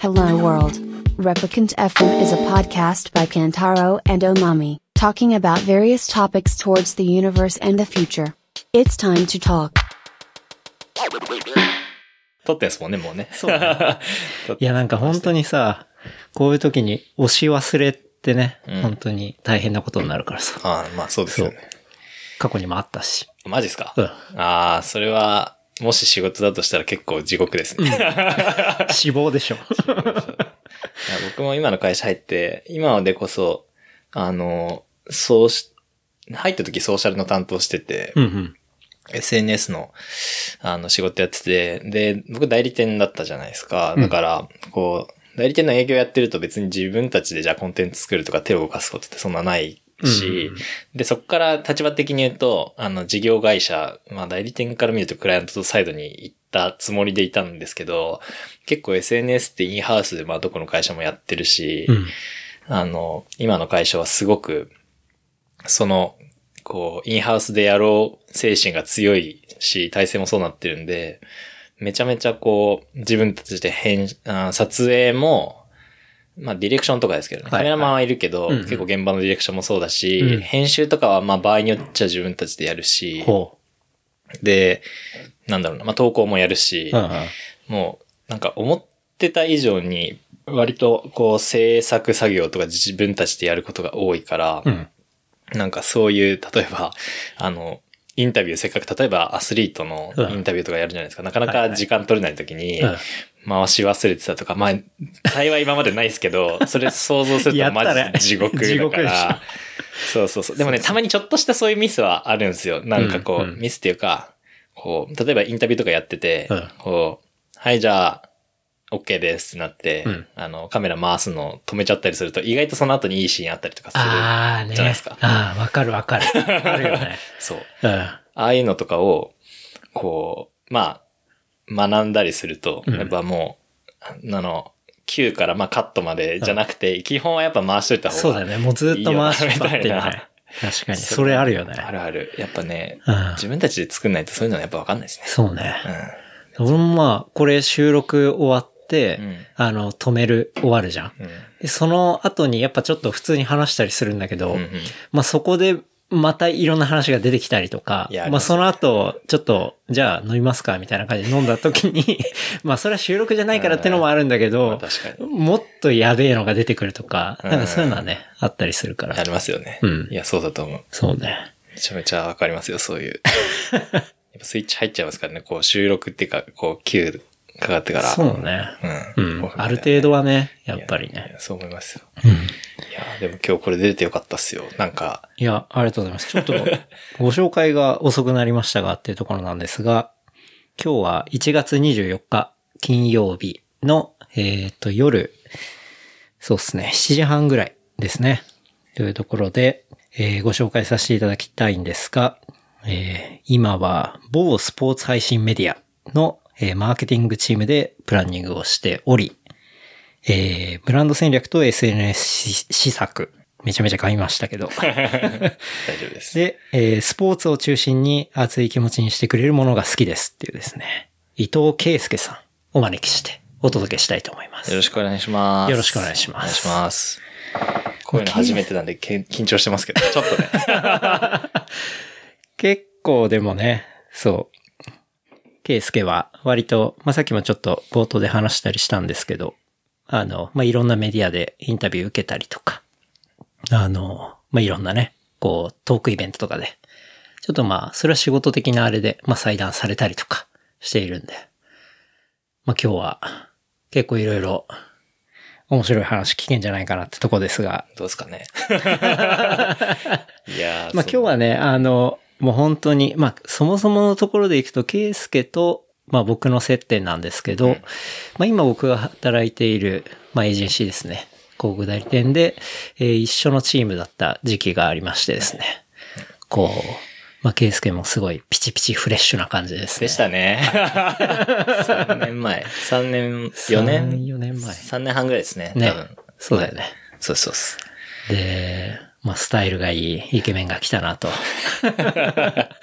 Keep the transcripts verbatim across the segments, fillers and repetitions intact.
Hello World. Replicant エフエム is a podcast by Kantaro and Omami, talking about various topics towards the universe and the future. It's time to talk. 撮ってんすもんね、もうね。 そうね。いや、なんか本当にさ、こういう時に押し忘れってね、うん、本当に大変なことになるからさ。 ああ、まあそうですよね。 過去にもあったし。 マジっすか？ うん。 ああ、それは、もし仕事だとしたら結構地獄ですね。 うん、死亡でしょ。 いや僕も今の会社入って、今でこそ、あの、そうし、入った時ソーシャルの担当してて、 うんうん、 エスエヌエス の、あの、仕事やってて、で、僕代理店だったじゃないですか。だから、こう、代理店の営業やってると別に自分たちでじゃあコンテンツ作るとか手を動かすことってそんなないし、うん、で、そこから立場的に言うと、あの、事業会社、まあ代理店から見るとクライアントサイドに行ったつもりでいたんですけど、結構 エスエヌエス ってインハウスでまあどこの会社もやってるし、 うん、 あの、今の会社はすごく、その、こう、インハウスでやろう精神が強いし、体制もそうなってるんで、めちゃめちゃこう、自分たちで編、あ撮影も、まあディレクションとかですけどね。カメラマンはいるけど、はいはい、結構現場のディレクションもそうだし、うん、編集とかはまあ場合によっちゃ自分たちでやるし、で、なんだろうな、まあ投稿もやるし、 うんうん、 もうなんか思ってた以上に割とこう制作作業とか自分たちでやることが多いから、 うん、 なんかそういう、例えば、あの、インタビューせっかく、例えばアスリートのインタビューとかやるじゃないですか。うん、なかなか時間取れない時に、回し忘れてたとか、まあ、幸い今までないですけど、それ想像するとマジ地獄だから。そうそうそう。でもね、たまにちょっとしたそういうミスはあるんですよ。なんかこう、うんうん、ミスっていうか、こう、例えばインタビューとかやってて、 うん、 こう、はい、じゃあ、OK ですってなって、 うん、あの、カメラ回すの止めちゃったりすると、意外とその後にいいシーンあったりとかするじゃないですか。 ああ、ね、ああ、わかるわかる。あるよね。 そう。 うん、 ああいうのとかを、こう、まあ、学んだりすると、やっぱもう、うん、あの、Q からまあカットまでじゃなくて、うん、基本はやっぱ回しといた方がいい。 そうだね。もうずっと回しといてね。確かに。それあるよね。 あるある。やっぱね、 うん、 自分たちで作んないとそういうのはやっぱわかんないですね。 そうね。 うん。 俺もまあ、これ収録終わって、 うん、 あの、止める、終わるじゃん。 うん、 でその後にやっぱちょっと普通に話したりするんだけど、 うんうん、 まあそこでまたいろんな話が出てきたりとか、まあ、まあその後、ちょっと、じゃあ飲みますかみたいな感じで飲んだ時に、まあそれは収録じゃないからってのもあるんだけど、 まあ、確かにもっとやべえのが出てくるとか、なんかそういうのはね、あったりするから。 ありますよね。 うん。 いや、そうだと思う。 そうね。 めちゃめちゃわかりますよ、そういう。やっぱスイッチ入っちゃいますからね、こう収録っていうか、こう Q かかってから。 そうね。 うん。 うん。ある程度はね、やっぱりね。 いやいやそう思いますよ。 うん。 いや、でも今日これ出てよかったっすよ。なんか。 いや、ありがとうございます。ちょっと、ご紹介が遅くなりましたがっていうところなんですが、今日はいちがつにじゅうよっか金曜日の、えっと、夜、そうですね、しちじはんぐらいですね。というところで、えー、ご紹介させていただきたいんですが、えー、今は某スポーツ配信メディアの、えー、マーケティングチームでプランニングをしており、えー、ブランド戦略と エスエヌエス 施策、めちゃめちゃ噛みましたけど。 大丈夫です。 で、えー、スポーツを中心に熱い気持ちにしてくれるものが好きですっていうですね、伊藤圭介さんをお招きしてお届けしたいと思います。 よろしくお願いします。 よろしくお願いします。 お願いします。こういうの初めてなんで緊張してますけど、ちょっとね。 結構でもね、そう。圭介は割と、まあ、さっきもちょっと冒頭で話したりしたんですけど、あの、まあ、いろんなメディアでインタビュー受けたりとか、あの、まあ、いろんなね、こう、トークイベントとかで、ちょっとまあ、それは仕事的なあれで、まあ、裁断されたりとかしているんで、まあ、今日は結構いろいろ面白い話聞けんじゃないかなってとこですが。 どうですかね。いやまあ、今日はね、あの、もう本当に、まあ、そもそものところでいくと、圭介と、まあ僕の接点なんですけど、うん、まあ今僕が働いている、まあエージェンシーですね。広告代理店で、えー、一緒のチームだった時期がありましてですね。こう、まあ圭介もすごいピチピチフレッシュな感じですね。 でしたね。さんねんまえ。さんねん、よねん ?さん、 よねんまえ。 さんねんはんぐらいですね。 ね。 多分。 そうだよね。 そうそうそう。 で、まあスタイルがいいイケメンが来たなと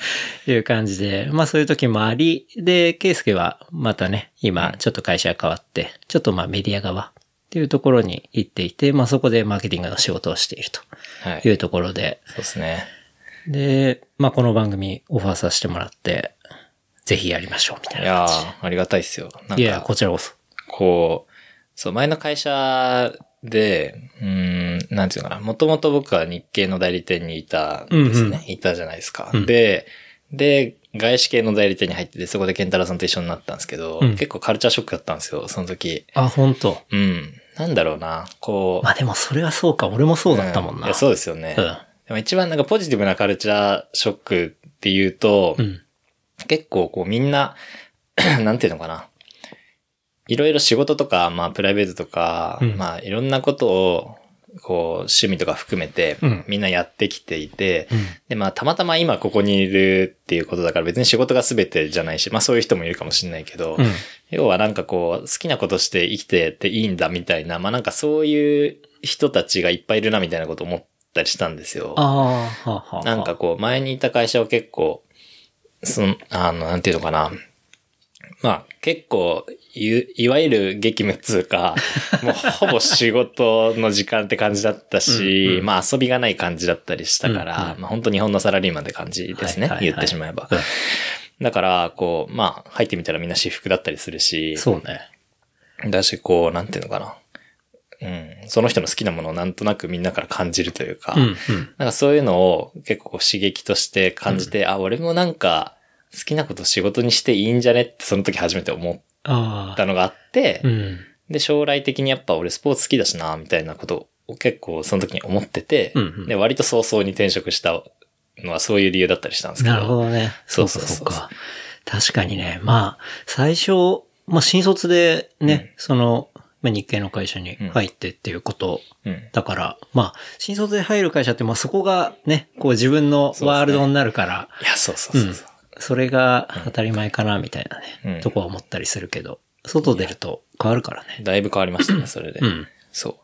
いう感じで、まあそういう時もあり、で、ケイスケはまたね、今ちょっと会社が変わって、ちょっとまあメディア側っていうところに行っていて、まあそこでマーケティングの仕事をしているというところで。 そうですね。 で、まあこの番組オファーさせてもらって、ぜひやりましょうみたいいな感じ。 やー、ありがたいっすよ。なんかいや、こちらこそ。 こう、そう、前の会社で、うーん、なんていうのかな。もともと僕は日系の代理店にいたんですね。うんうん、いたじゃないですか。うん、で、で、外資系の代理店に入ってて、そこでケンタロウさんと一緒になったんですけど、うん、結構カルチャーショックだったんですよ、その時。 あ、本当。 うん。なんだろうな、こう。 まあでもそれはそうか、俺もそうだったもんな。うん、 いや、そうですよね。うん、でも一番なんかポジティブなカルチャーショックっていうと、うん、結構こうみんな、なんていうのかな。いろいろ仕事とか、まあプライベートとか、うん、まあいろんなことを、こう趣味とか含めて、みんなやってきていて、うん、でまあたまたま今ここにいるっていうことだから別に仕事が全てじゃないし、まあそういう人もいるかもしれないけど、うん、要はなんかこう好きなことして生きてていいんだみたいな、まあなんかそういう人たちがいっぱいいるなみたいなこと思ったりしたんですよ。 あははなんかこう前にいた会社は結構、その、あの、なんていうのかな。まあ結構、い, いわゆる激務っつうか、もうほぼ仕事の時間って感じだったし、うんうん、まあ遊びがない感じだったりしたから、うんうん、まあ本当日本のサラリーマンって感じですね、はいはいはい、言ってしまえば。うん、だから、こう、まあ入ってみたらみんな私服だったりするし、 そうね。 だし、こう、なんていうのかな。うん、その人の好きなものをなんとなくみんなから感じるというか、うんうん、なんかそういうのを結構刺激として感じて、うん、あ、俺もなんか好きなことを仕事にしていいんじゃねってその時初めて思ったのがあって、うん、で、将来的にやっぱ俺スポーツ好きだしな、みたいなことを結構その時に思ってて、うんうん、で、割と早々に転職したのはそういう理由だったりしたんですけど。 なるほどね。そうそうそうか。確かにね、まあ、最初、まあ新卒でね、うん、その、まあ、日系の会社に入ってっていうこと。うん、だから、まあ、新卒で入る会社って、まあそこがね、こう自分のワールドになるから。 いや、そうそうそうそう、 うん。それが当たり前かな、みたいなね、うん、とこは思ったりするけど、外出ると変わるからね。 だいぶ変わりましたね、それで。うん。そう。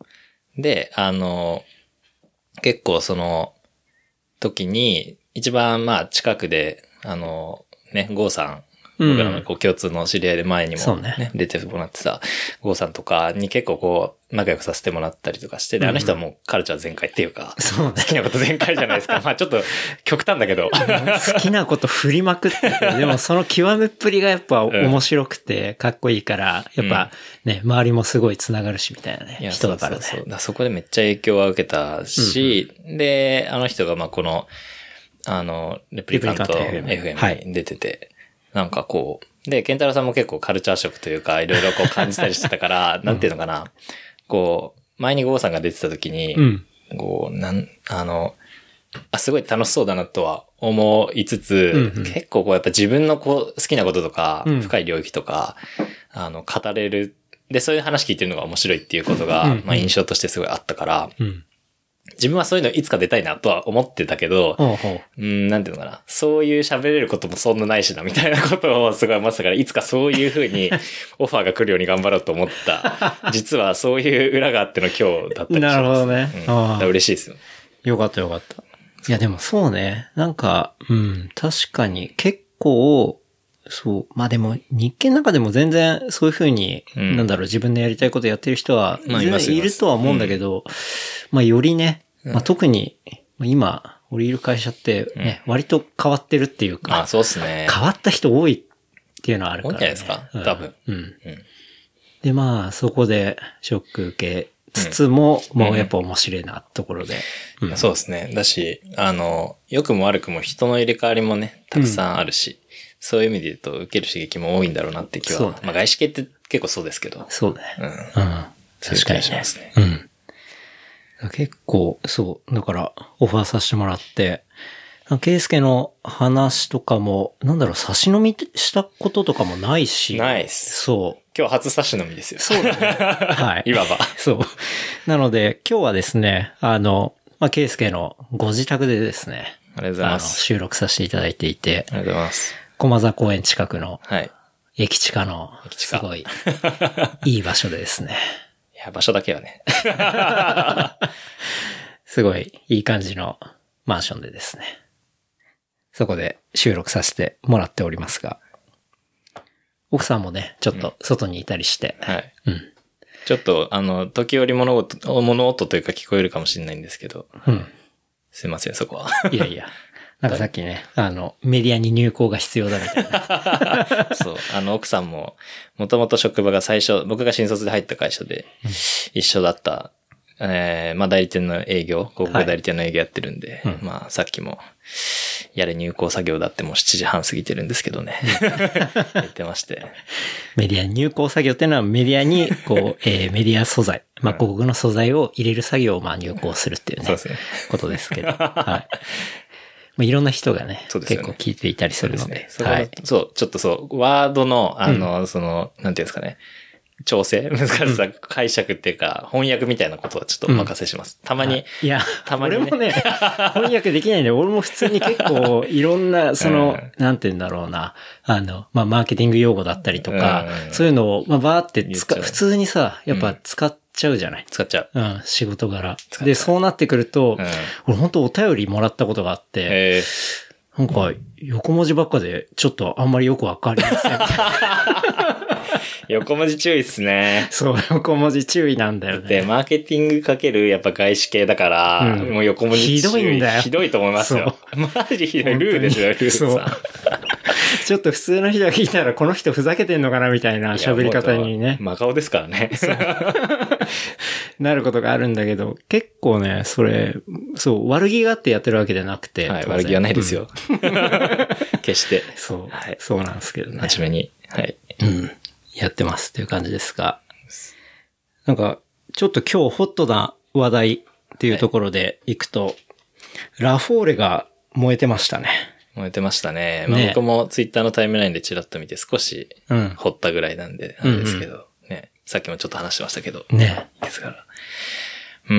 で、あの、結構その時に、一番まあ近くで、あの、ね、ゴーさん、僕らのこう共通の知り合いで前にもね、ね出てもらってたゴーさんとかに結構こう仲良くさせてもらったりとかして、で、あの人はもうカルチャー全開っていうか、 そうね、 好きなこと全開じゃないですか。まあちょっと極端だけど。 好きなこと振りまくってて、でもその極めっぷりがやっぱ面白くてかっこいいから、やっぱね、周りもすごいつながるしみたいなね、人だからね。 そうそうそう。だからそこでめっちゃ影響は受けたし、うんうん、で、あの人がまあこの、あの、レプリカント エフエム に出てて、はい、なんかこう、で、ケンタロウさんも結構カルチャーショックというか、いろいろこう感じたりしてたから、なんていうのかな、こう、前にゴーさんが出てた時に、うん、こう、なん、あの、あ、すごい楽しそうだなとは思いつつ、うんうん、結構こうやっぱ自分のこう好きなこととか、うん、深い領域とか、あの、語れる。で、そういう話聞いてるのが面白いっていうことが、うんうん、まあ印象としてすごいあったから、うん自分はそういうのいつか出たいなとは思ってたけど、ほうほううん、なんていうのかな。そういう喋れることもそんなないしな、みたいなことをすごい思ってたから、いつかそういう風にオファーが来るように頑張ろうと思った。実はそういう裏があっての今日だったりします。 なるほどね。 うん、だ嬉しいですよ。 よかったよかった。いやでもそうね。なんか、うん、確かに結構、そう。まあでも、日系の中でも全然そういう風に、うん、なんだろう、自分でやりたいことやってる人は、全然いるとは思うんだけど、うん、まあよりね、まあ、特に、今、俺いる会社ってね、うん、割と変わってるっていうか、 あ、そうですね。 変わった人多いっていうのはあるから、ね。 多いんじゃないですか、多分。うん。うん、 で、まあ、そこでショック受けつつも、うん、もうやっぱ面白いなところで、 うんうん。そうですね。だし、あの、良くも悪くも人の入れ替わりもね、たくさんあるし、うん、そういう意味で言うと受ける刺激も多いんだろうなって気は。そうね、まあ外資系って結構そうですけど。 そうね。うん。うん。 確かにしますね。 うん。結構、そう。だから、オファーさせてもらって、ケイスケの話とかも、なんだろう、差し飲みしたこととかもないし。 ないっす。 そう。 今日初差し飲みですよ。 そうだね。はい。 いわば。 そう。なので、今日はですね、あの、まあ、ケイスケのご自宅でですね。 ありがとうございます。 収録させていただいていて。 ありがとうございます。 駒沢公園近くの。 はい。 駅近の。駅近。すごい、いい場所でですね。 いや、場所だけはね。 すごいいい感じのマンションでですね。 そこで収録させてもらっておりますが、奥さんもね、ちょっと外にいたりして、 はい。 うん。 ちょっと、あの、時折物音、物音というか聞こえるかもしれないんですけど、 うん。 すいません、そこは。 いやいや。なんかさっきね、あの、メディアに入稿が必要だみたいな。 そう。あの、奥さんも、もともと職場が最初、僕が新卒で入った会社で、一緒だった、うん、えー、まあ代理店の営業、広告代理店の営業やってるんで、はい、まあさっきも、やれ入稿作業だってもうしちじはん過ぎてるんですけどね。言ってまして。 メディア入稿作業っていうのはメディアに、こう、えー、メディア素材、まあ広告の素材を入れる作業をまあ入稿するっていうね、そうですね。ことですけど。はい。いろんな人がね、ね結構聞いていたりするので。 でそう、ねはい、そう、ちょっとそう、ワードの、あの、うん、その、なんていうんですかね、調整難しさ、うん、解釈っていうか、翻訳みたいなことはちょっとお任せします。うん、たまに。 いや、 たまに、ね。 俺もね、翻訳できないんで、俺も普通に結構いろんな、その、うん、なんて言うんだろうな、あの、まあ、マーケティング用語だったりとか、うん、そういうのを、まあ、バーって使う、普通にさ、やっぱ使っちゃうじゃない、うん、 使っちゃう。 うん、仕事柄。で、そうなってくると、うん、俺本当お便りもらったことがあって、えーなんか、横文字ばっかで、ちょっとあんまりよくわかりません。 横文字注意っすね。 そう、横文字注意なんだよね。 で、マーケティングかけるやっぱ外資系だから、うん、もう横文字注意。 ひどいんだよ。 ひどいと思いますよ。マジひどい。ルーですよ、ルーさん。そう。 ちょっと普通の人が聞いたら、この人ふざけてんのかなみたいな喋り方にね。 真顔ですからね。 なることがあるんだけど、結構ね、それ、そう、悪気があってやってるわけじゃなくて。 はい、悪気はないですよ。うん、決して。 そう、はい、そうなんですけどね。 真面目に。はい。 うん。やってますっていう感じですが。なんか、ちょっと今日ホットな話題っていうところでいくと、はい、ラフォーレが燃えてましたね。 燃えてましたね。まあ、僕もツイッターのタイムラインでチラッと見て少し掘ったぐらいなんで、なんですけど、うんうん、ね。さっきもちょっと話してましたけど。 ね。 ですから。うん。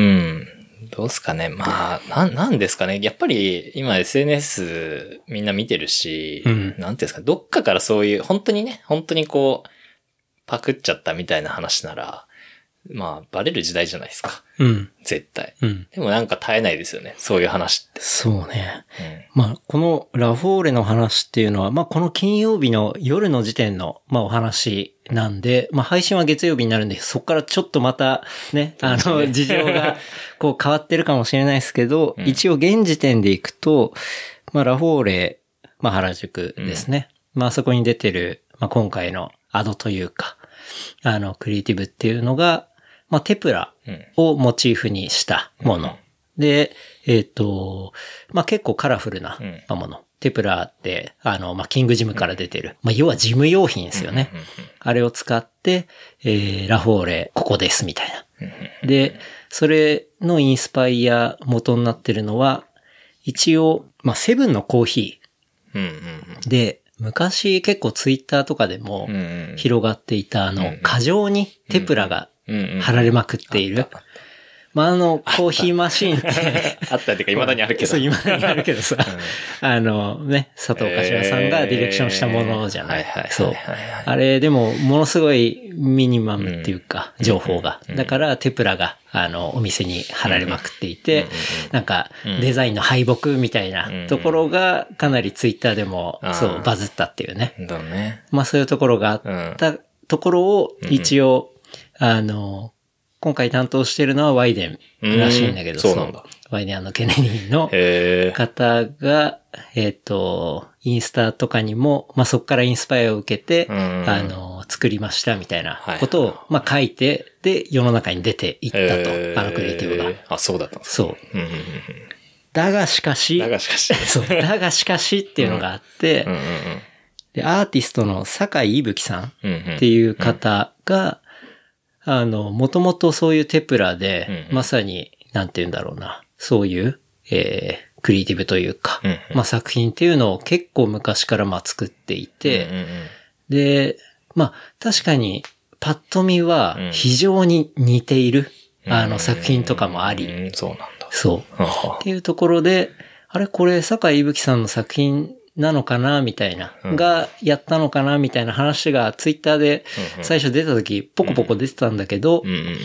どうすかね。まあ、なん、なんですかね。やっぱり今 エスエヌエス みんな見てるし、うん、なんていうんですか、どっかからそういう、本当にね、本当にこう、パクっちゃったみたいな話なら、まあ、バレる時代じゃないですか。 うん。 絶対。 うん。 でもなんか絶えないですよね。そういう話って。 そうね。うん、まあ、このラフォーレの話っていうのは、まあ、この金曜日の夜の時点の、まあ、お話なんで、まあ、配信は月曜日になるんで、そこからちょっとまた、ね、あの、事情が、こう変わってるかもしれないですけど、うん、一応現時点でいくと、まあ、ラフォーレ、まあ、原宿ですね。うん、まあ、そこに出てる、まあ、今回のアドというか、あの、クリエイティブっていうのが、まあ、テプラをモチーフにしたもの。うん、で、えっと、まあ、結構カラフルなもの。うん、テプラって、あの、まあ、キングジムから出てる。まあ、要は事務用品ですよね。あれを使って、えー、ラフォーレ、ここです、みたいな。で、それのインスパイア元になってるのは、一応、まあ、セブンのコーヒー。で、昔結構ツイッターとかでも広がっていたあの、過剰にテプラが貼られまくっている。まあ、あの、コーヒーマシーンって。 あったっていうか、未だにあるけど。 そう、未だにあるけどさ。うん、あの、ね、佐藤柏さんがディレクションしたものじゃない。そう。あれ、でも、ものすごいミニマムっていうか、情報が。だから、テプラが、あの、お店に貼られまくっていて、なんか、デザインの敗北みたいなところが、かなりツイッターでも、そう、バズったっていうね。 だね。 まあ、そういうところがあったところを、一応、あの、今回担当してるのはワイデンらしいんだけど、 そうなんだ。 ワイデン&ケネディの方が、えっと、インスタとかにも、まあ、そこからインスパイアを受けて、あの、作りましたみたいなことを、まあ、書いて、で、世の中に出ていったと、あのクリエイティブが。 あ、そうだったんですそう。だがしかし、 だがしかし、 そう、だがしかしっていうのがあって、で、アーティストの坂井いぶきさんっていう方が、あの、もともとそういうテプラで、うんうん、まさに、なんて言うんだろうな、そういう、えー、クリエイティブというか、うんうん、まあ作品っていうのを結構昔からまあ作っていて、うんうんうん、で、まあ確かに、パッと見は非常に似ている、うん、あの作品とかもあり、 うんうん、そうなんだ。 そう。っていうところで、あれこれ、坂井いぶきさんの作品なのかなみたいな、うん、がやったのかなみたいな話がツイッターで最初出た時ポコポコ出てたんだけど、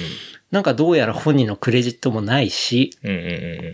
なんかどうやら本人のクレジットもないし、 うんうんうん。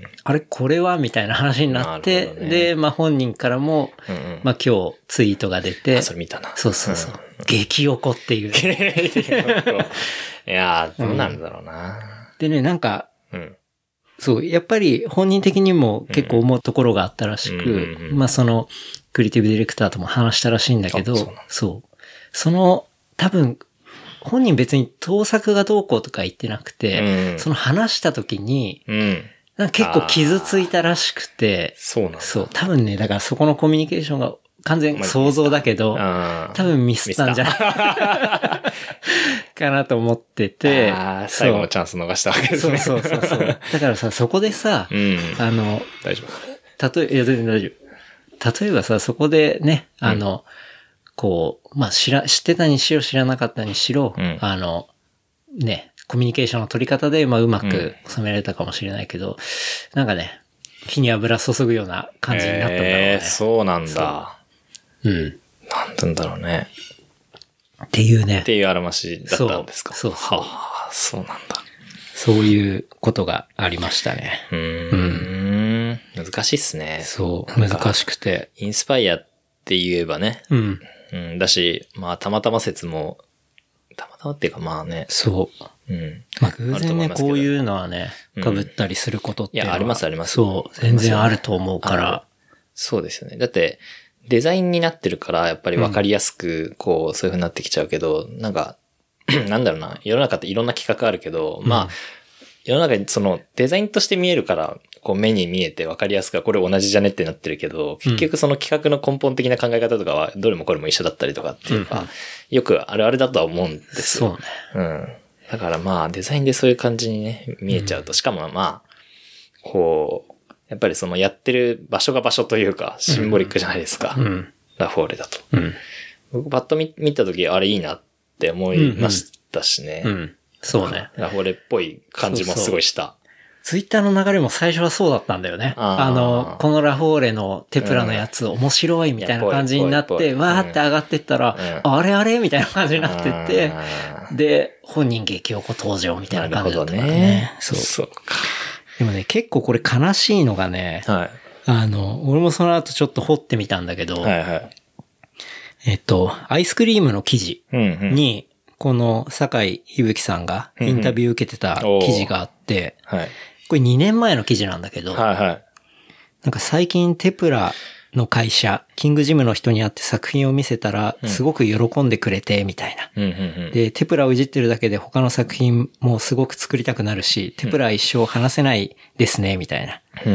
あれこれはみたいな話になって、ね、で、まあ本人からも、うんうん、まあ今日ツイートが出て、 あ、それ見たな。 そうそうそう。うん、激おこっていう。 いやー、どうなんだろうな、うん。 でね、なんか、 うん、 そう、やっぱり本人的にも結構思うところがあったらしく、うんうんうん、まあその、クリエイティブディレクターとも話したらしいんだけど、そう、そう。その、多分、本人別に盗作がどうこうとか言ってなくて、うん、その話した時に、うん、なんか結構傷ついたらしくて、 そうなんだ。 そう、多分ね、だからそこのコミュニケーションが完全想像だけど、多分ミスったんじゃないかなと思ってて、 あ最後のチャンス逃したわけですね。 そうそうそうそう。だからさ、そこでさ、うん、あの、 大丈夫。 例え、いや、全然大丈夫。例えばさ、そこでね、あの、うん、こう、まあ、知ら、知ってたにしろ知らなかったにしろ、うん、あの、ね、コミュニケーションの取り方で、まあ、うまく収められたかもしれないけど、うん、なんかね、火に油注ぐような感じになったんだろうね。 えー、そうなんだ。 う。うん。 なんてんだろうね。 っていうね。 っていうあらましだったんですか。 そうそう。 はあ、そうなんだ。 そういうことがありましたね。 うーん。うん、難しいっすね。 そう。難しくて。 インスパイアって言えばね。 うん。 うん。だし、まあ、たまたま説も、たまたまっていうかまあね。 そう。うん。まあ、偶然ね、こういうのはね、被ったりすることっていうのは、 いや、ありますあります。 そう。全然あると思うから。 そうですよね。だって、デザインになってるから、やっぱり分かりやすく、こう、そういう風になってきちゃうけど、なんか、なんだろうな、世の中っていろんな企画あるけど、うん、まあ、世の中にそのデザインとして見えるから、こう目に見えて分かりやすく、これ同じじゃねってなってるけど、結局その企画の根本的な考え方とかは、どれもこれも一緒だったりとかっていうか、うん、よくあるあるだとは思うんですよ。 そうね。 うん。だからまあ、デザインでそういう感じにね、見えちゃうと、しかもまあ、こう、やっぱりそのやってる場所が場所というか、シンボリックじゃないですか。 うん、 ラフォーレだと。 うん、 僕パッと 見, 見たとき、あれいいなって思いましたしね。 うんうん、そうね。 ラフォーレっぽい感じもすごいした。 ツイッターの流れも最初はそうだったんだよね。あ, あの、このラフォーレのテプラのやつ、うん、面白いみたいな感じになって、わーって上がってったら、うん、あれあれみたいな感じになってって、で、本人激おこ登場みたいな感じだったからね。 ねそう。そうか。 でもね、結構これ悲しいのがね、 はい、 あの、俺もその後ちょっと掘ってみたんだけど、 はいはい、 えっと、アイスクリームの記事に、 うんうん、 この酒井ひぶきさんがインタビュー受けてた記事があって、 うんうん、はい、 これにねんまえの記事なんだけど、 はいはい、 なんか最近テプラの会社、キングジムの人に会って作品を見せたら、すごく喜んでくれて、みたいな、 うんうんうん。 で、テプラをいじってるだけで他の作品もすごく作りたくなるし、テプラ一生話せないですね、みたいな。 うん、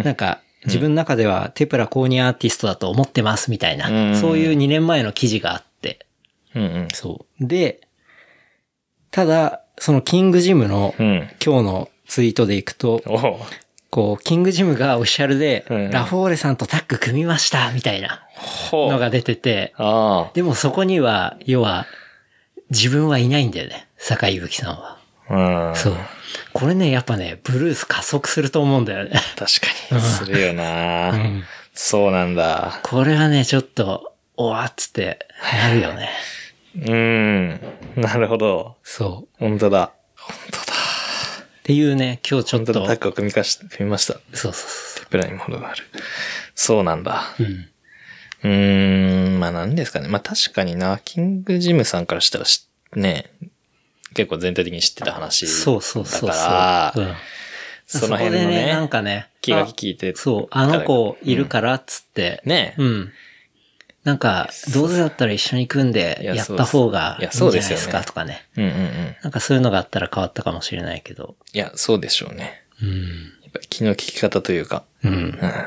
なんか、自分の中ではテプラ公認アーティストだと思ってます、みたいな、うん。そういうにねんまえの記事があって。 うんうん、 そう。で、ただ、そのキングジムの今日のツイートでいくと、 うん、 こう、キングジムがオフィシャルで、ラフォーレさんとタッグ組みました、みたいなのが出てて、 あでもそこには、要は、自分はいないんだよね、坂井ゆきさんは。 うん、 そう。これね、やっぱね、ブルース加速すると思うんだよね。 確かに、するよな、うん、そうなんだ。 これはね、ちょっと、おわっつってなるよね。 うーん、なるほど。 そう。 本当だ。本当だ。 っていうね、今日ちょっと。 本当だ、タッグを組みかし、組みました。 そうそうそう。 テプラにも程がある。そうなんだ。 うん。 うーん、まあ何ですかね。まあ確かにな、キングジムさんからしたらし、ね、結構全体的に知ってた話だから、 そうそうそうそう。うん、 その辺のね、 ねなんかね、 気が利いて。 そう、あの子いるからっつって。 うん、ね。 うん。なんか、どうせだったら一緒に組んでやった方がいいんじゃないですかとかね。 うんうんうん。 なんかそういうのがあったら変わったかもしれないけど。 いや、そうでしょうね。 うん。 やっぱ気の利き方というか。 うん。うん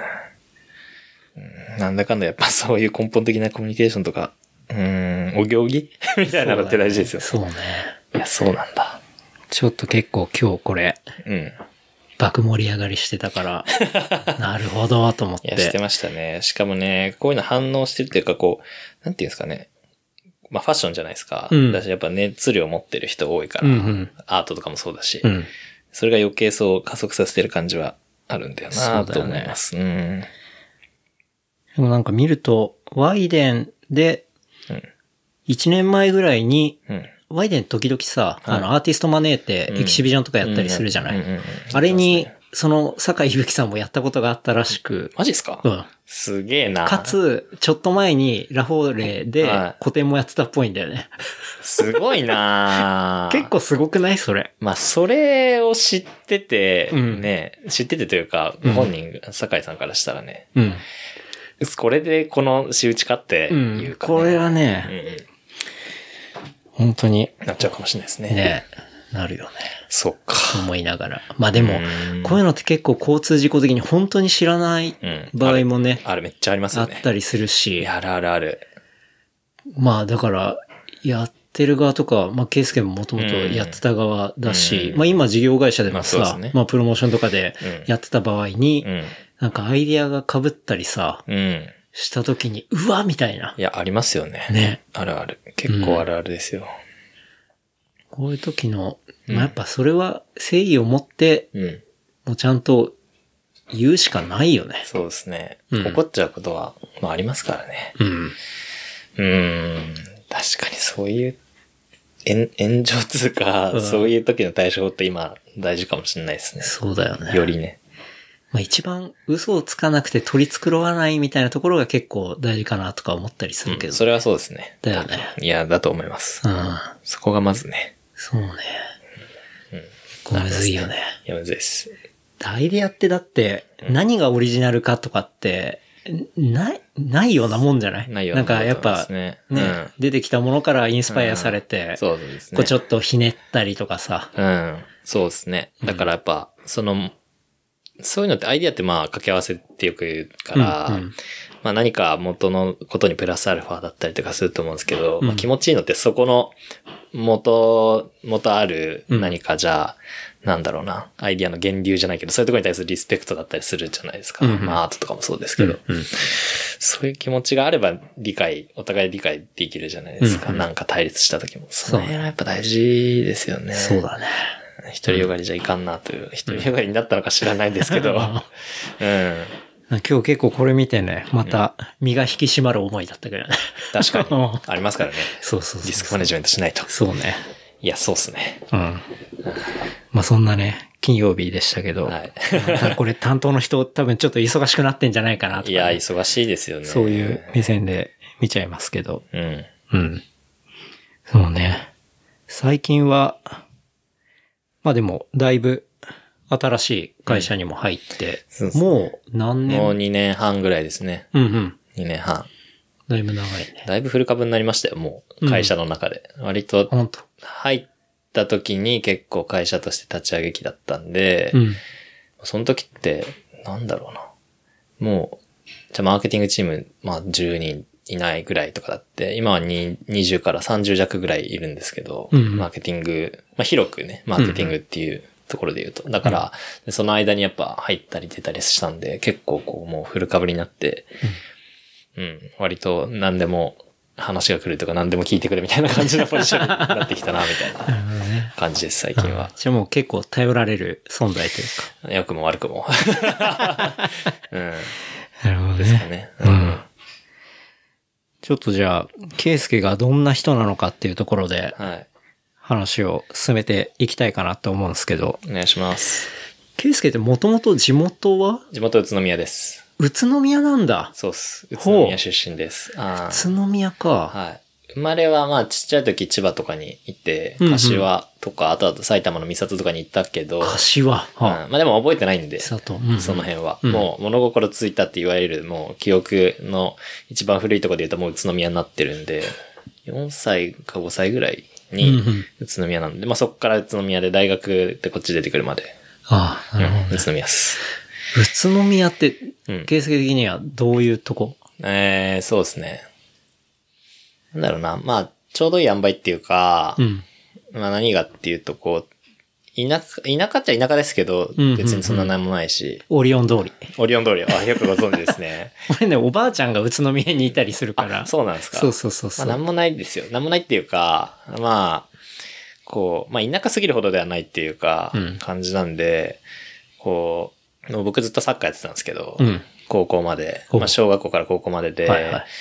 うん、なんだかんだやっぱそういう根本的なコミュニケーションとか、うーん、お行儀みたいなのって大事ですよね。 そうね。 いや、そうなんだ。 ちょっと結構今日これ。 うん。 爆盛り上がりしてたから、なるほど、と思って。 いや、してましたね。しかもね、こういうの反応してるっていうか、こう、なんていうんですかね。まあ、ファッションじゃないですか。うん、だし、やっぱ熱量を持ってる人多いから、 うんうん、 アートとかもそうだし、 うん、 それが余計そう加速させてる感じはあるんだよなと思います。う、ね、うん。 でもなんか見ると、ワイデンで、いちねんまえぐらいに、 うん、 ワイデン時々さ、 はいあの、アーティスト招いてエキシビジョンとかやったりするじゃない、 うんうんうんうんあれに、その、坂井ゆきさんもやったことがあったらしく、 マジっすか？ うん。 すげえな。 かつ、ちょっと前にラフォーレではい個展もやってたっぽいんだよね。 すごいな結構すごくないそれ。 まあ、それを知ってて、 うんね、知っててというか、 うん本人、酒井さんからしたらね、 うん。 これでこの仕打ちかってう。 いうんか、ねこれはうんね、 うん本当に、 なっちゃうかもしれないですね。 ね、なるよね。 そっか。 思いながら。まあでもうん、 こういうのって結構交通事故的に本当に知らないうん場合もね、 ある、めっちゃありますあよね。 ったりするしい、やあるあるある。 まあだから、やってる側とか、まあケイスケももともとやってた側だし、 うんまあ今事業会社でもさ、 まあそうですねまあプロモーションとかでうんやってた場合に、 うん。 なんかアイディアが被ったりさ、 うん。 した時に、うわみたいな。 いや、ありますよね。 ね。 あるある。結構あるあるですよ。 こういう時の、 うんまあやっぱそれは誠意を持って、 うん。 もうちゃんと言うしかないよね。 そうですね。 うん怒っちゃうことは、まあありますからね。 うん。 うーん。確かにそういう、炎炎上つうか、 うんそういう時の対処法って今大事かもしれないですね。 そうだよね。 よりね。 まあ一番嘘をつかなくて取り繕わないみたいなところが結構大事かなとか思ったりするけど。 うんそれはそうですね。 だよね。 いや、だと思います。 うん。 そこがまずね。 そうね。 うん。 こうむずいよね。 いや、むずいです。 アイデアってだって、何がオリジナルかとかって、ない、ないようなもんじゃないないようなんかやっものだと思いまぱ、 すねね、 うん出てきたものからインスパイアされて、 そうですね。 こうちょっとひねったりとかさ。 うん。そうですね。だからやっぱ、その、そういうのってアイディアってまあ掛け合わせってよく言うから、 うんうんまあ何か元のことにプラスアルファだったりとかすると思うんですけど、 うんまあ気持ちいいのってそこの元、元ある何かじゃあ、なんだろうな、アイディアの源流じゃないけど、そういうところに対するリスペクトだったりするじゃないですか。 うんうんまあアートとかもそうですけど、 うんそういう気持ちがあれば理解、お互い理解できるじゃないですか。 うんうんなんか対立した時も。そそうの辺はやっぱ大事ですよね。 そうだね。 一人よがりじゃいかんなという、一人よがりになったのか知らないんですけど、うん。 今日結構これ見てね、また身が引き締まる思いだったけどね。 確かにうん。 ありますからね。 そうそうそう。 リスクマネジメントしないと。 そうね。 いや、そうっすね。 うん。まあそんなね、金曜日でしたけど、 はいまたこれ担当の人多分ちょっと忙しくなってんじゃないかなとかね、 いや、忙しいですよね。 そういう目線で見ちゃいますけど。 うん。 うん。そうね。最近は、まあでも、だいぶ新しい会社にも入って、 そうですねもう何年もうにねんはんぐらいですね。 うんうん。 にねんはん。 だいぶ長いね。 だいぶフル株になりましたよ、もう。会社の中で。割と、 ほんと。 入った時に結構会社として立ち上げ期だったんで、 うん。 その時って、なんだろうな。もう、じゃあマーケティングチーム、まあじゅうにんいないぐらいとかだって、今はににじゅうからさんじゅう弱ぐらいいるんですけど、 うんマーケティング、まあ広くね、マーケティングっていうところで言うと。だから、でその間にやっぱ入ったり出たりしたんで、結構こうもうフル株になって、うん、割と何でも話が来るとか何でも聞いてくるみたいな感じのポジションになってきたな、みたいなるなほどね。 感じです、最近は。 じゃあもう結構頼られる存在というか。 良くも悪くも。うん。 なるほどですかね。 ううんん。 ちょっとじゃあ、ケイスケがどんな人なのかっていうところではい。 話を進めていきたいかなと思うんですけど、 お願いします。 ケイスケってもともと地元は地元宇都宮です。 宇都宮なんだ。 そうっす。宇ほう都宮出身です。あー宇都宮か。 はい。生まれはまあちっちゃい時千葉とかに行って、 うんうん柏とか、あとは埼玉の三郷とかに行ったけど、 柏。 うんはまあでも覚えてないんで、 佐藤。うんその辺は。 うんもう物心ついたっていわゆるもう記憶の一番古いところで言うともう宇都宮になってるんで、よんさいかごさいぐらいにうんうん宇都宮なんで、まあそこから宇都宮で大学でこっち出てくるまで、 ああ、なるほうん宇都宮っす。 ど。宇都宮って、 うんケイスケ的にはどういうとこえー、そうですね。なんだろうな。まあ、ちょうどいい塩梅っていうか、 うん。 まあ何がっていうとこう、田舎、田舎っちゃ田舎ですけど、 うんうんうん別にそんな何もないし、 オリオン通り。 オリオン通り、あ、よくご存知ですね。 俺ね、おばあちゃんが宇都宮にいたりするから。 あ、そうなんですか。 そうそうそうそう。 まあ何もないですよ。何もないっていうか、まあ、こう、まあ田舎すぎるほどではないっていうか、 うん感じなんで、こう、もう僕ずっとサッカーやってたんですけど、 うん。 高校まで、 ほうまあ小学校から高校までで、 はいはい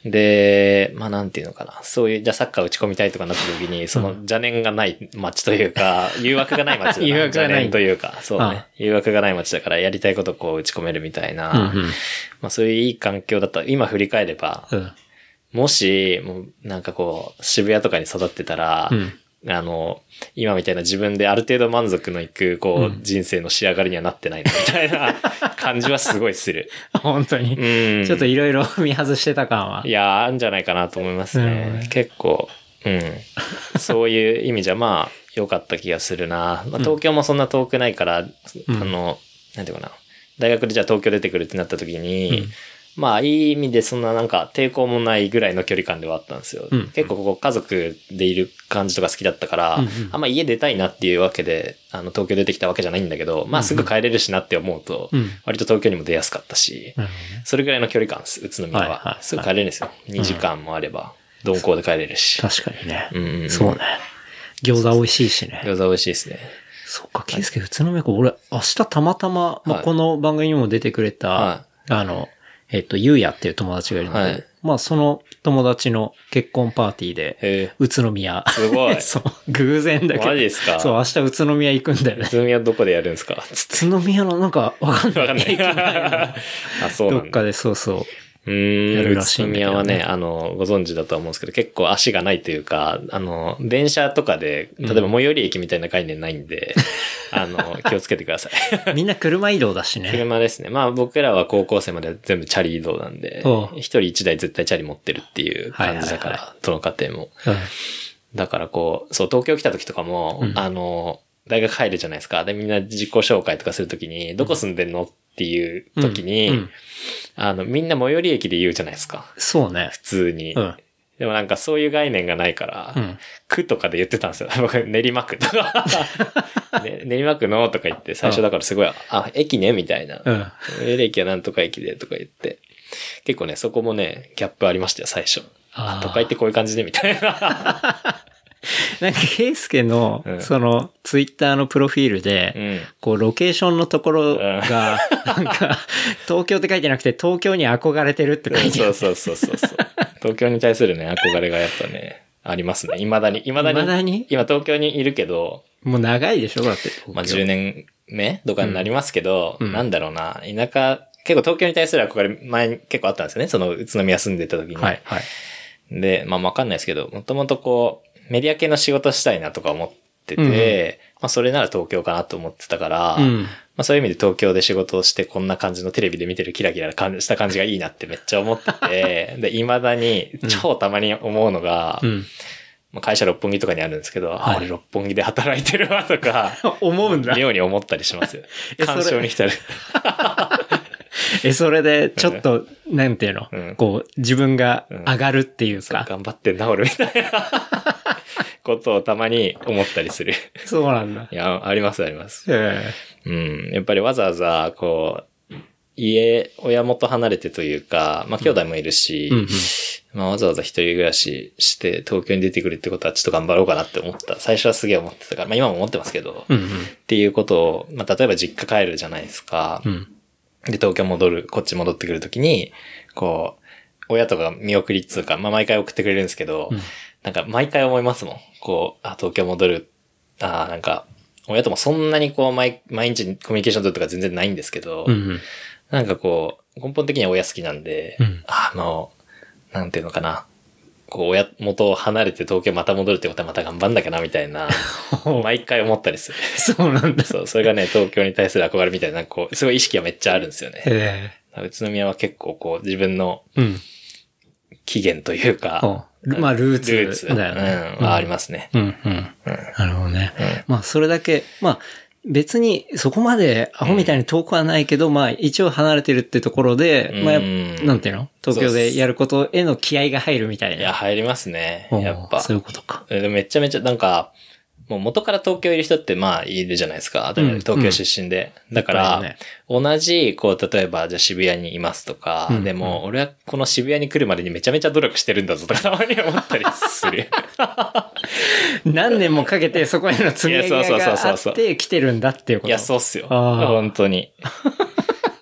で、まあなんていうのかな。そういう、じゃあサッカー打ち込みたいとかなった時に、その邪念がない街というか、誘惑がない街だな。 誘惑がない邪念というか、そうね。 ああ誘惑がない街だからやりたいことをこう打ち込めるみたいな、 うんうんまあそういういい環境だった。今振り返れば、 うん。 もし、もうなんかこう、渋谷とかに育ってたら、 うんあの、今みたいな自分である程度満足のいく、こう、 うん人生の仕上がりにはなってないな、みたいな感じはすごいする。 本当に。 うん。 ちょっといろいろ見外してた感は。 いやー、あるんじゃないかなと思いますね。 うん結構、うん。そういう意味じゃ、まあ、良かった気がするな。まあ、東京もそんな遠くないから、 うんあの、なんていうかな。大学でじゃあ東京出てくるってなった時に、 うんまあ、いい意味でそんななんか抵抗もないぐらいの距離感ではあったんですよ。 うん結構ここ家族でいる感じとか好きだったから、 うんうんあんま家出たいなっていうわけで、あの、東京出てきたわけじゃないんだけど、まあすぐ帰れるしなって思うと、 うん割と東京にも出やすかったし、 なるほどね。 それぐらいの距離感です、宇都宮は。 はいはいはいすぐ帰れるんですよ。にじかんもあれば、鈍行で帰れるし。 確かにね。 うんうんうんそうね。餃子美味しいしね。 餃子美味しいですね。 そっか、ケイスケ宇都宮子、俺、明日たまたま、まあ、 はいこの番組にも出てくれた、 はあの、えっと、ゆうやっていう友達がいるので、 はいまあ、その友達の結婚パーティーで、 へ宇都宮。 すごいそう、偶然だけど。 マジですかそう、明日宇都宮行くんだよえ。 ね宇。都宮どこでやるんですか宇都宮のなんか、わかんない。 わかんない。あ、そうなんだ。 どっかで、そうそう。 うーん、 やるらしい宇都んだけどね宮はね、あの、ご存知だとは思うんですけど、結構足がないというか、あの、電車とかで、例えば最寄り駅みたいな概念ないんで、あの、気をつけてください。 みんな車移動だしね。 車ですね。まあ僕らは高校生まで全部チャリ移動なんでおう、 一人一台絶対チャリ持ってるっていう感じだから、 はいどの家庭も。 うんだからこう、そう、東京来た時とかも、 うんあの、大学入るじゃないですか。で、みんな自己紹介とかするときに、どこ住んでんのっていう時に、 うんうんあの、みんな最寄り駅で言うじゃないですか。 そうね。 普通に。 うん。 でもなんかそういう概念がないから、 うん区とかで言ってたんですよ。僕、練馬区とか、ね、練馬区のとか言って、最初だからすごい、あ、駅ねみたいな。 うん。 最寄り駅はなんとか駅でとか言って。結構ね、そこもね、ギャップありましたよ、最初。 あー都会ってこういう感じでみたいな。 なんか、ケイスケのう、んその、ツイッターのプロフィールで、 うん。 こう、ロケーションのところが、なんか、東京って書いてなくて、東京に憧れてるって書いてある。 そうそうそうそうそう。東京に対するね、憧れがやっぱね、ありますね。未だに。未だに。 未だに今東京にいるけど、 もう長いでしょだって。 まあじゅうねんめとかになりますけど、 うんなんだろうな、田舎、結構東京に対する憧れ前に結構あったんですよね。その宇都宮住んでた時に。 はい、はい。 で、まあわかんないですけど、もともとこう、メディア系の仕事したいなとか思ってて、 うんまあそれなら東京かなと思ってたから、 うん。 まあそういう意味で東京で仕事をしてこんな感じのテレビで見てるキラキラした感じがいいなってめっちゃ思ってて、で、未だに超たまに思うのが、 うん。 まあ会社六本木とかにあるんですけど、あ、俺六本木で働いてるわとか、 思うんだ。 妙に思ったりしますよ。 えそれ感傷に浸る。 え、それで、ちょっと、なんていうの、 うんこう、自分が上がるっていうか。 頑張ってんな、俺みたいなことをたまに思ったりする。 そうなんだ。 いや、ありますあります。 えうん。やっぱりわざわざ、こう、家、親元離れてというか、まあ兄弟もいるし、 うんうんまあわざわざ一人暮らしして東京に出てくるってことはちょっと頑張ろうかなって思った。最初はすげえ思ってたから、まあ今も思ってますけど、 うんうん。 っていうことを、まあ例えば実家帰るじゃないですか。 うん。 で、東京戻る、こっち戻ってくるときに、こう、親とか見送りっつうか、まあ毎回送ってくれるんですけど、 うんなんか毎回思いますもん。こう、あ、東京戻る。あ、なんか、親ともそんなにこう毎、毎日コミュニケーション取るとか全然ないんですけど、 うんうん。 なんかこう、根本的には親好きなんで、 うんあの、なんていうのかな。こう、親元を離れて東京また戻るってことはまた頑張んなきゃな、みたいな、毎回思ったりする。 そうなんだ。 そう、それがね、東京に対する憧れみたいな、なんかこう、すごい意識がめっちゃあるんですよね。 え宇都宮は結構こう、自分のえうん。 起源というか、 おまあ、ルーツルーツだよね。 うん、はありますね。 うん、うん。なるほどね。まあ、それだけ、まあ、別にそこまでアホみたいに遠くはないけど、まあ、一応離れてるってところで、 うんまあやっぱ、なんていうの東京でやることへの気合が入るみたいな。 いや、入りますね。 おやっぱ。 そういうことか。 えでもめちゃめちゃ、なんか、もう元から東京いる人ってまあいるじゃないですか。 うん東京出身で。だから、 いっぱいいるね同じ、こう、例えば、じゃあ渋谷にいますとか、 うんでも、俺はこの渋谷に来るまでにめちゃめちゃ努力してるんだぞとか、たまに思ったりする。 何年もかけてそこへの積み上げがあって来てるんだっていうこと。 いや、そうっすよ。 あー本当に。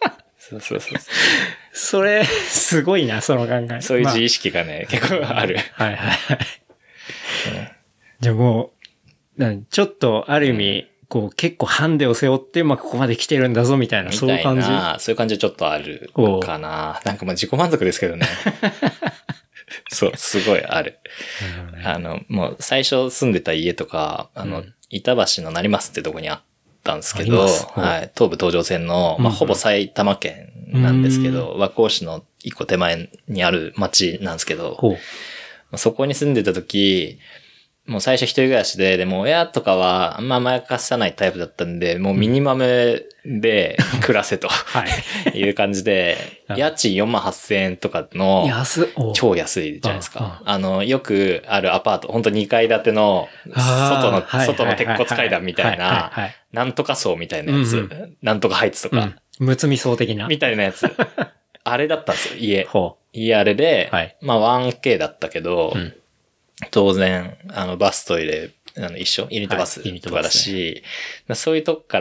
そうそうそう。 それ、すごいな、その考え。 そういう自意識がね、まあ、結構ある。 はいはいはい。じゃあもう、なんちょっとある意味、こう結構ハンデを背負って、まあここまで来てるんだぞみたいな、そういう感じ。 そういう感じはちょっとあるかな。なんかまあ自己満足ですけどね。そう、すごいある。ね、あの、もう最初住んでた家とか、あの、うん、板橋の成増ってとこにあったんですけど、はい、東武東上線の、まあほぼ埼玉県なんですけど、うん、和光市の一個手前にある町なんですけど、そこに住んでた時、もう最初一人暮らしで、でも親とかはあんま甘やかさないタイプだったんで、もうミニマムで暮らせと、はい、いう感じで、家賃よんまんはっせんえんとかの、超安いじゃないですか。あの、よくあるアパート、ほんとにかい建ての、外の、外の鉄骨階段みたいな、なんとか層みたいなやつ、うんうん、なんとかハイツとか、 うん、むつみ層的な。 みたいなやつ。あれだったんですよ、家。家あれで、はい、まあ ワンケー だったけど、うん当然、あの、バストイレ、あの、一緒ユニットバスとかだし、はいね、そういうとこから、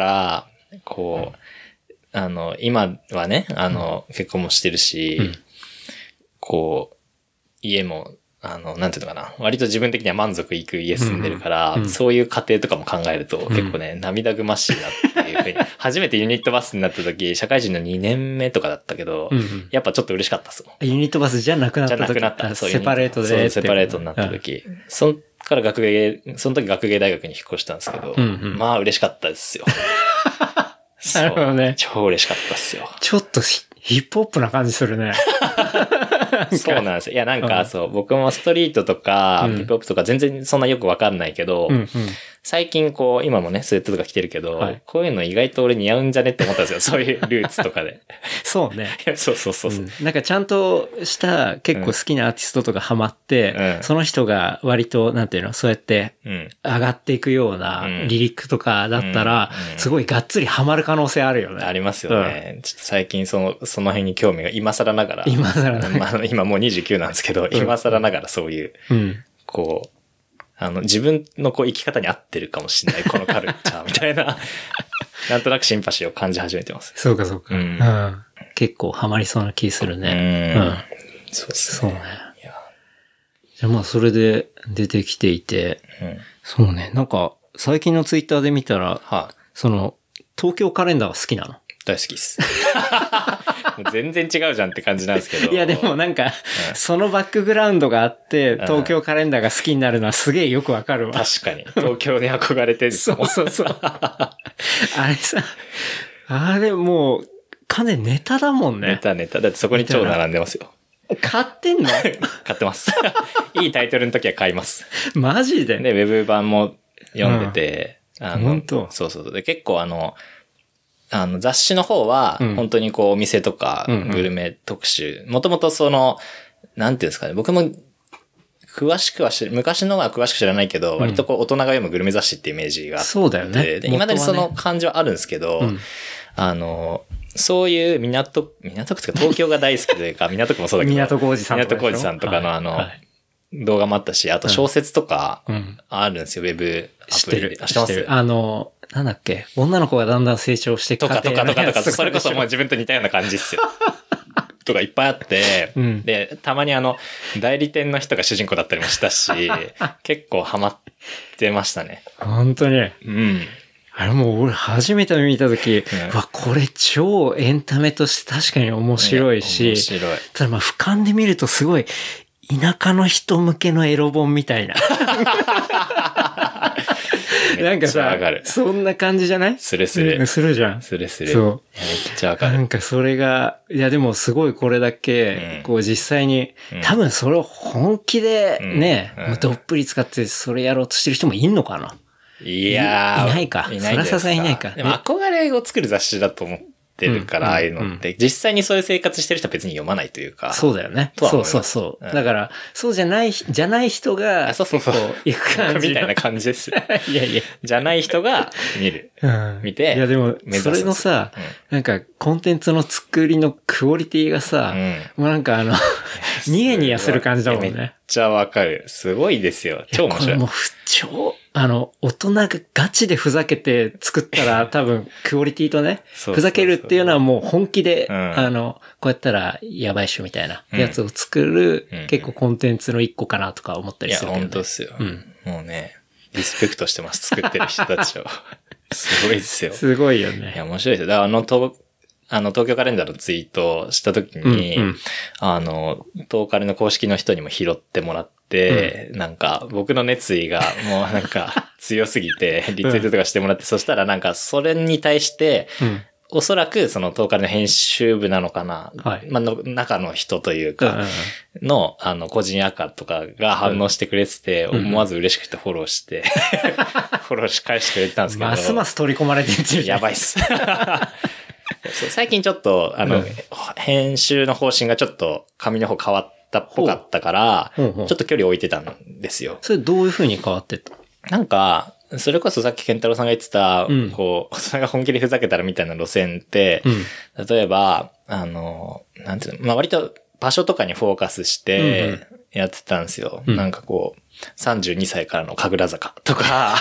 こう、あの、今はね、あの、うん、結婚もしてるし、うん、こう、家も、あの、なんていうのかな、割と自分的には満足いく家住んでるから、うんうん、そういう家庭とかも考えると、うん、結構ね、涙ぐましいなっていうふうに、初めてユニットバスになった時、社会人のにねんめとかだったけど、うんうん、やっぱちょっと嬉しかったっすもん。 ユニットバスじゃなくなった時。 じゃなくなった。 そうセパレートで。 そう、セパレートになった時。うん、そっから学芸、その時学芸大学に引っ越したんですけど、うんうん、まあ嬉しかったですよ。 なるほどね。 超嬉しかったっすよ。 ちょっとヒップホップな感じするね。 そうなんですよ。いや、なんか、そう、うん、僕もストリートとか、ヒップホップとか全然そんなよくわかんないけど、うんうん、最近こう、今もね、スウェットとか着てるけど、はい、こういうの意外と俺似合うんじゃねって思ったんですよ。そういうルーツとかで。 そうね。 そうそうそうそう、うん。 なんかちゃんとした結構好きなアーティストとかハマって、うん、その人が割と、なんていうの、そうやって上がっていくようなリリックとかだったら、うんうん、すごいがっつりハマる可能性あるよね。 ありますよね。うん、ちょっと最近その、その辺に興味が今更ながら。 今更ながら。 まあ、今もうにじゅうきゅうなんですけど、今更ながらそういう、うん、こう、あの、自分のこう生き方に合ってるかもしれない、このカルチャーみたいな、なんとなくシンパシーを感じ始めてます。 そうかそうか。うんうん、結構ハマりそうな気するね。うん。うん、 そうですね。 そうね。いやじゃあまあそれで出てきていて、うん、そうね。なんか最近のツイッターで見たら、はあ、その、東京カレンダーは好きなの？ 大好きっす。全然違うじゃんって感じなんですけど。 いやでもなんか、うん、そのバックグラウンドがあって、東京カレンダーが好きになるのはすげえよくわかるわ。 確かに。東京に憧れてる。 そうそうそう。あれさ、あれもう、完全ネタだもんね。 ネタネタ。だってそこに超並んでますよ。 買ってんの？ 買ってます。いいタイトルの時は買います。 マジで？ で、ウェブ版も読んでて、 うん、あの、本当？ そうそう。で、結構あの、あの雑誌の方は、本当にこうお店とかグルメ特集。もともとその、なんていうんですかね、僕も詳しくは知る、昔のは詳しく知らないけど、うん、割とこう大人が読むグルメ雑誌ってイメージがあって。 そうだよね。 で、未だにその感じはあるんですけど、うん、あの、そういう港、港区とか東京が大好きというか、港区もそうだけど、 港区おじさんとか。 港区おじさんとかのあの、はいはい動画もあったし、あと小説とかあるんですよ、うん、ウェブアプリで。知ってます？ あの、なんだっけ女の子がだんだん成長してとかとかとかとか、それこそもう自分と似たような感じですよ。とかいっぱいあって、うん、で、たまにあの、代理店の人が主人公だったりもしたし、結構ハマってましたね。 本当に。 うん。 あれもう俺初めて見たとき、うん、わ、これ超エンタメとして確かに面白いし、面白い。ただまあ俯瞰で見るとすごい、田舎の人向けのエロ本みたいな。なんかさ、そんな感じじゃない？ するする。 するじゃん。 するする。 そう。 めっちゃわかる。 なんかそれが、いやでもすごいこれだけ、うん、こう実際に、うん、多分それを本気でね、うんうん、どっぷり使ってそれやろうとしてる人もいんのかな？ いやー。いないか。いないそらさすがにいないか。 でも憧れを作る雑誌だと思ってるから、ああいうのって、実際にそういう生活してる人は別に読まないというか。 そうだよね。そうそうそう。だから、そうじゃない、じゃない人が、 そうそうそう。 行く感じ。 みたいな感じです。 いやいや。 じゃない人が見る。見て。 いやでも、それのさ、なんか、コンテンツの作りのクオリティがさ、もうなんかあの、ニヤニヤする感じだもんね。 めっちゃわかる。すごいですよ。超面白い。 もう、超、 あの、大人がガチでふざけて作ったら多分クオリティとね、 そうそうそうふざけるっていうのはもう本気で、 うんあの、こうやったらやばいっしょみたいなやつを作る、 うん結構コンテンツの一個かなとか思ったいや、 りするけど、ね。 本当ですよ。 うんもうね、リスペクトしてます。作ってる人たちを。すごいですよ。 すごいよいや、 ね。 面白いですよ。だからあの、とあの、東京カレンダーのツイートをしたときに、 うんうんあの、東カレの公式の人にも拾ってもらって、なんか、僕の熱意がもうなんか強すぎて、リツイートとかしてもらって、そしたらなんか、それに対して、 うん。 おそらくその東カレの編集部なのかな、 はいまあの、中の人といううんうんか、の、あの、個人アカとかが反応してくれてて、 うん思わず嬉しくてフォローして、フォローし返してくれてたんですけど。 ますます取り込まれてってるじゃん。 やばいっす。そう最近ちょっと、あの、 うん編集の方針がちょっと紙の方変わったっぽかったから、 ほうほうちょっと距離置いてたんですよ。 それどういう風に変わってったなんか、それこそさっき健太郎さんが言ってた、 うんこう、大人が本気でふざけたらみたいな路線って、 うん。 例えば、あの、なんていうの、まあ、割と場所とかにフォーカスしてやってたんですよ。 うんなんかこう、さんじゅうにさいからの神楽坂とか、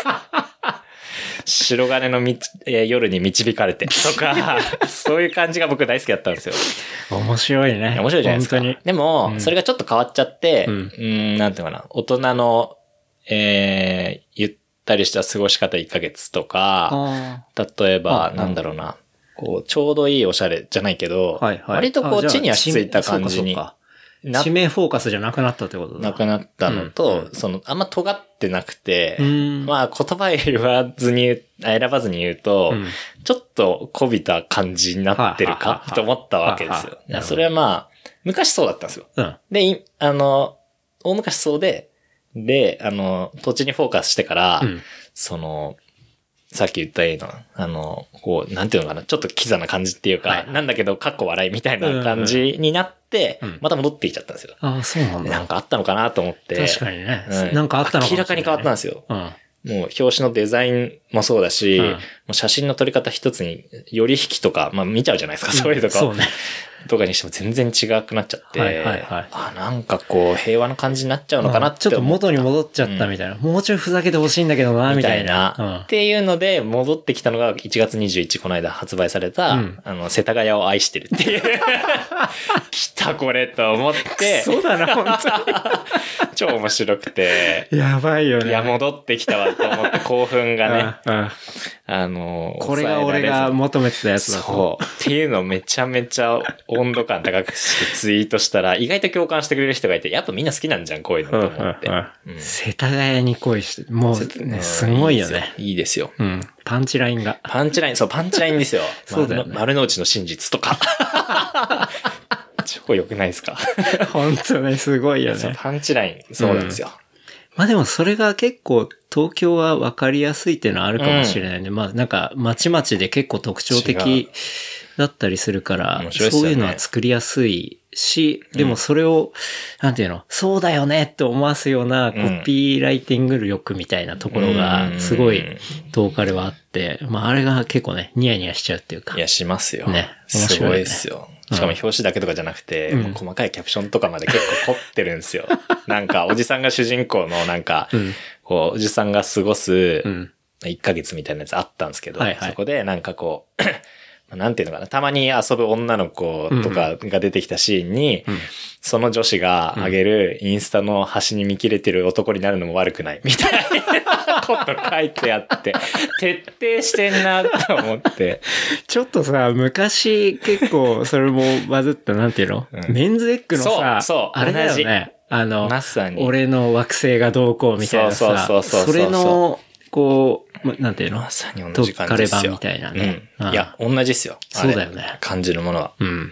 白金のみ、えー夜に導かれてとか、そういう感じが僕大好きだったんですよ。 面白いね。 面白いじゃないですか。 本当に。 でも、 うんそれがちょっと変わっちゃって、 ううんん、んなんていうのかな、大人の、えー、ゆったりした過ごし方いっかげつとか、 あ例えば、 うんなんだろうな、こう、ちょうどいいおしゃれじゃないけど、 あ。はいはい。 割とこう、 あじゃあ地に足ついた感じにそうかそうなか地名フォーカスじゃなくなったってことだ。 なくなったのと、 うんその、あんま尖ってなくて、 うんまあ、言葉言わずに言う、あ選ばずに言うと、 うんちょっとこびた感じになってるはあはあはあかと思ったわけですよはあはあ。 いやそれはまあ、昔そうだったんですよ。 うん。 で、いあの、大昔そうで、で、あの、土地にフォーカスしてから、 うんその、さっき言ったような、あの、こう、なんていうのかな、ちょっとキザな感じっていうか、 はいなんだけど、かっこ笑いみたいな感じになって、 うんうんまた戻ってきちゃったんですよ。 ああ、そうなんだ。 なんかあったのかなと思って。 確かにね。 うんなんかあったのかもしれない明らかに変わったんですよ。 うん。 もう表紙のデザインもそうだし、 うんもう写真の撮り方一つに、より引きとか、まあ見ちゃうじゃないですか、そういうとこ。 そうね。 とかにしても全然違くなっちゃって、 はいはいはいあ、なんかこう平和な感じになっちゃうのかなってちょっと思った元に戻っちゃったみたいな。もうちょいふざけてほしいんだけどな、みみたいたいな。 な。っていうので、戻ってきたのがいちがつにじゅういちにちこの間発売された、 うんあの、世田谷を愛してるっていう。来たこれと思って、 そうだな、本超面白くて、 当に。やばいよね。 いや、戻ってきたわと思って興奮がね、 うんうんあの、 これが俺が求めてたやつだと。 そう。っていうのをめちゃめちゃ温度感高くしてツイートしたら、意外と共感してくれる人がいて、やっぱみんな好きなんじゃん、こういうのと思って。 うんうんううんん世田谷に恋して、もうね、すごいよね。 いいですよ。 うん。パンチラインが。 パンチライン、そう、パンチラインですよ。 そうだよね丸丸の内の真実とか。超良くないですか？ 本当にすごいよそうね。 パンチライン、そうなんですよ。 まあでもそれが結構東京は分かりやすいっていうのはあるかもしれないね。まあなんか町々で結構特徴違的だったりするから、 面白いっすよねそういうのは作りやすいし、でもそれを、なんていうの、そうだよねって思わすようなコピーライティング力みたいなところがすごい東カレはあって、まああれが結構ね、ニヤニヤしちゃうっていうか。 いや、しますよ。 ね面す白いよねごいですよ。しかも表紙だけとかじゃなくて、 うんもう細かいキャプションとかまで結構凝ってるんですよ。なんか、おじさんが主人公のなんか、 うんこう、おじさんが過ごすう、ん。 いっかげつみたいなやつあったんですけど、 はいはいそこでなんかこう、なんていうのかな、たまに遊ぶ女の子とかが出てきたシーンに、 うんその女子が上げるインスタの端に見切れてる男になるのも悪くないみたいなこと書いてあって、徹底してんなと思って。 ちょっとさ、昔結構それもバズった、なんていうの、 うんメンズエッグのさ、 そうそうあれだよね。あの、 まさに。 俺の惑星がどうこうみたいなさ、 そうそうそうそうそうそれの、こう、まなんていうのまさに同じ感じですよ。 特化レ版みたいなねうん。 うんいや、同じですよ。あれそうだよね感じるものは。 うん。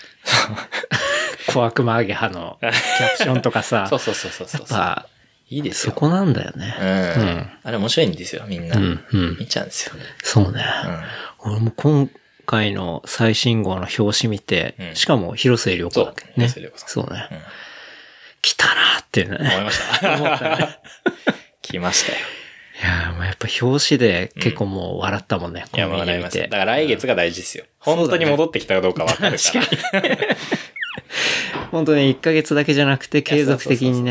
小悪魔アゲハのキャプションとかさ、 そうそうそうそうそう。 やっぱ、 いいですよ。 そこなんだよね。 うん。 うんあれ面白いんですよ、みんな。 うんうん見ちゃうんですよ。 そうね。 うん。 俺も今回の最新号の表紙見て、 うんしかも広末涼子だっけね。 そう広末涼子さんそうね。 うん来たなーってね。 思いました。 思ったね。 来ましたよ。 いやーもうやっぱ表紙で結構もう笑ったもんね。 いや、 このわかります。 見てだから来月が大事ですよ。 そうだね本当に戻ってきたかどうかわかるから。 本当にいっかげつだけじゃなくて継続的にねそうそうそうそう、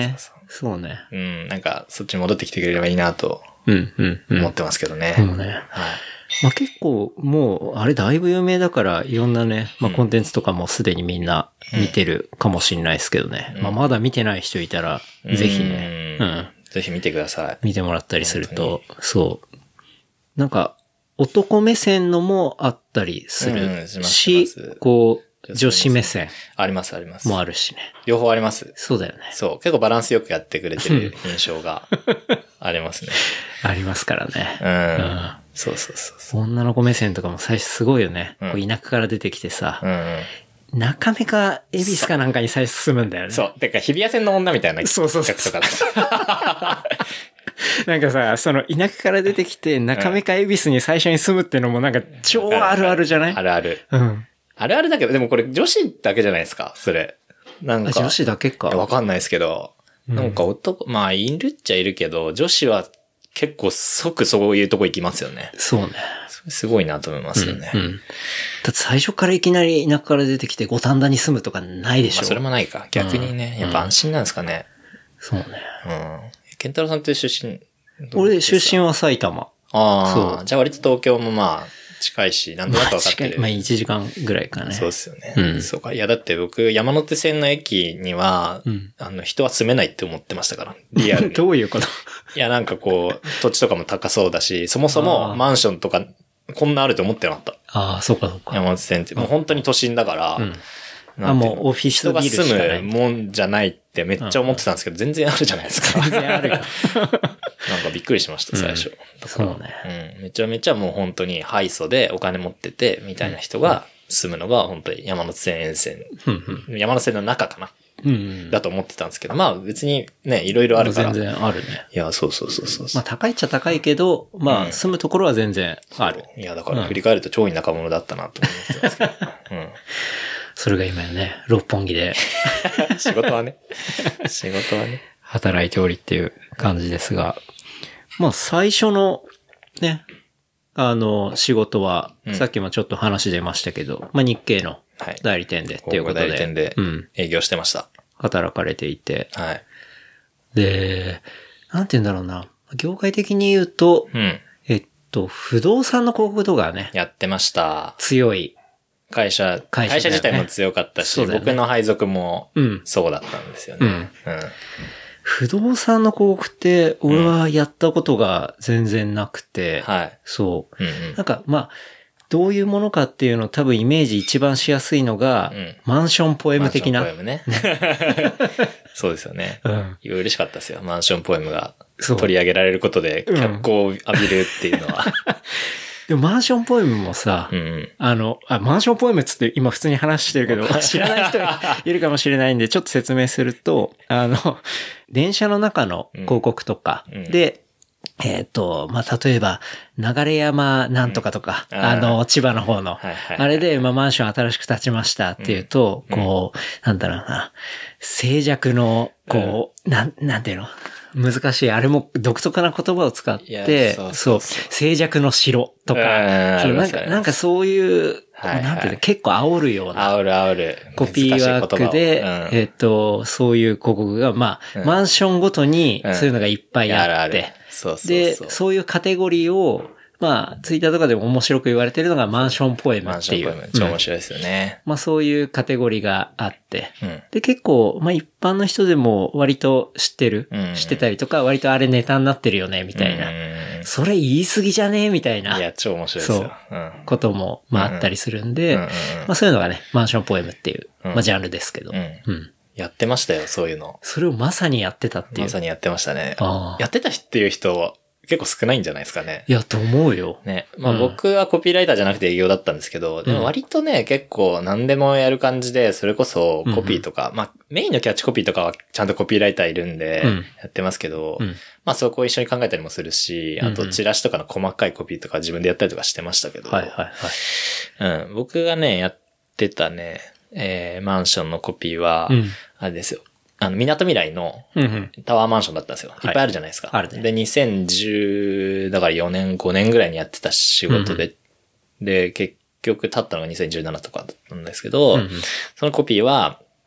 そうね。 うん、なんかそっちに戻ってきてくれればいいなとうん、うん、うん。 思ってますけどね。 そうね。 はい。 まあ結構もう、あれだいぶ有名だからいろんなね、まあコンテンツとかもすでにみんな見てるかもしれないですけどね。 うん、 まあまだ見てない人いたら、ぜひね、 う。 うんん。 ぜひ見てください。 見てもらったりすると、そう。なんか、男目線のもあったりするうんしますし、 しますこう、女子目線ありますあります。 もあるしね。 両方あります。 そうだよね。 そう。結構バランスよくやってくれてる印象がありますね。 ありますからね。 うん。 うんそうそうそうそう。 女の子目線とかも最初すごいよね。 うんこう田舎から出てきてさ、 うんうん。 中目か恵比寿かなんかに最初進むんだよね。 そう。てか、日比谷線の女みたいなそうそうそう企画とか。 なんかさ、その田舎から出てきて中目か恵比寿に最初に住むってのもなんか超あるあるじゃない？ あるある。 うん。 あるあるだけど、でもこれ女子だけじゃないですか、それ。なんか。 あ、女子だけか。 いやわかんないですけど、 うんなんか男、まあ、いるっちゃいるけど、女子は結構即そういうとこ行きますよね。 そうね。 すごいなと思いますよね。 うん。うんだって最初からいきなり田舎から出てきて五反田に住むとかないでしょ。 まあ、それもないか。逆にね、 うんやっぱ安心なんですかね。 そうね。 うん。ケンタロウさんって出身俺出身は埼玉。 ああ、 そうじゃあ割と東京もまあ、近いし、なんとなくわかってる。 まあいちじかんぐらいかね。 そうですよね。 うんそうか。いや、だって僕、山手線の駅には、 うんあの、人は住めないって思ってましたから。リアルに。 どういうこと？ いや、なんかこう、土地とかも高そうだし、そもそもあーマンションとか、こんなあると思ってなかった。 ああ、そうかそうか。 山手線って、もう本当に都心だから、 うん。 なんていうのあもうオフィスビルしかない人が住むもんじゃないってめっちゃ思ってたんですけど、全然あるじゃないですか。 全然あるよ。 なんかびっくりしました、最初。 うんだからそうね。 うん。めちゃめちゃもう本当にハイソでお金持ってて、みたいな人が住むのが本当に山手線沿線。 うん山手線の中かなうん。うん。 だと思ってたんですけど、まあ別にね、いろいろあるから。 全然あるね。 いや、そうそうそうそうそう。 まあ高いっちゃ高いけど、まうんあ住むところは全然ある。 いや、だから振り返ると超田舎者だったなと思ってますけど。うん。 それが今やね、六本木で仕事はね。仕事はね。 働いておりっていう感じですが、まあ最初のね、あの仕事は、 うんさっきもちょっと話出ましたけど、まあ日系のはい。 代理店でっていうことで、 代理店でうん、 営業してました。 働かれていて、 はい。 で、なんて言うんだろうな、業界的に言うと、 うん。 えっと、不動産の広告とかね、 やってました。 強い。 会社、 会社だよね会社自体も強かったし、 そうだよね僕の配属もうん。 そうだったんですよね。うん。 不動産の広告って、俺はやったことが全然なくて、 はい。 そう。 うんうんなんか、まあ、どういうものかっていうのを多分イメージ一番しやすいのが、 うんマンションポエム的な。 マンションポエムね。そうですよね。 うん。 いや嬉しかったですよ。マンションポエムがそう取り上げられることでうん脚光を浴びるっていうのは。 でもマンションポエムもさ、 うんうん。 あのあ、マンションポエムっつって今普通に話してるけど、知らない人いるかもしれないんで、ちょっと説明すると、あの、電車の中の広告とかうんで、えっ、と、まあ、例えば、流山なんとかとか、 うんあの、千葉の方の、 はいはいはいあれで、まあ、マンション新しく建ちましたっていうと、 うんこう、なんだろうな、静寂の、こう、なん、なんていうの難しい。あれも独特な言葉を使っいやて、 そうそそううそう静寂の城とか、 うんあそうりますありますなんか、なんかそういう、 はいはいなんていうの、結構煽るような煽る煽る。 コピーワークで、 難しい言葉をうんえっと、そういう広告が、まあ、 うんマンションごとにうんそういうのがいっぱいあって、 あるあるそうそうそう。 で、そういうカテゴリーを、まあ、ツイッターとかでも面白く言われてるのがマンションポエムマンっていう。 ションポエム。超面うん白いですよね。 まあそういうカテゴリーがあって。 うん。 で、結構、まあ一般の人でも割と知ってる。 うん知ってたりとか、割とあれネタになってるよね、みたいな。 うんそれ言い過ぎじゃねみたいないや、超面白いですよ。 そううん。 ことも、まああったりするんで、 うんうんうんまあそういうのがね、マンションポエムっていう、 うんまあジャンルですけど。 うんうん。 やってましたよ、そういうの。 それをまさにやってたっていう。 まさにやってましたねあ。ーやってたっていう人、結構少ないんじゃないですかね。 いや、と思うよ。 ね。まあうん僕はコピーライターじゃなくて営業だったんですけど、でも割とね、結構何でもやる感じで、それこそコピーとか、まあメインのキャッチコピーとかはちゃんとコピーライターいるんでうん、 やってますけど、 うん。 まあそこを一緒に考えたりもするし、あとチラシとかの細かいコピーとか自分でやったりとかしてましたけど、 はいはいはい。 うん。僕がね、やってたね、えー、マンションのコピーは、 うん。 あれですよ。あの、港未来のうんうん。 タワーマンションだったんですよ。 いいっぱいあるじゃないですか。 あるねで、にせんじゅう、だからよねん、ごねんぐらいにやってた仕事で、で、結局経ったのがにせんじゅうななとかだったんですけど、 うんうんそのコピーは、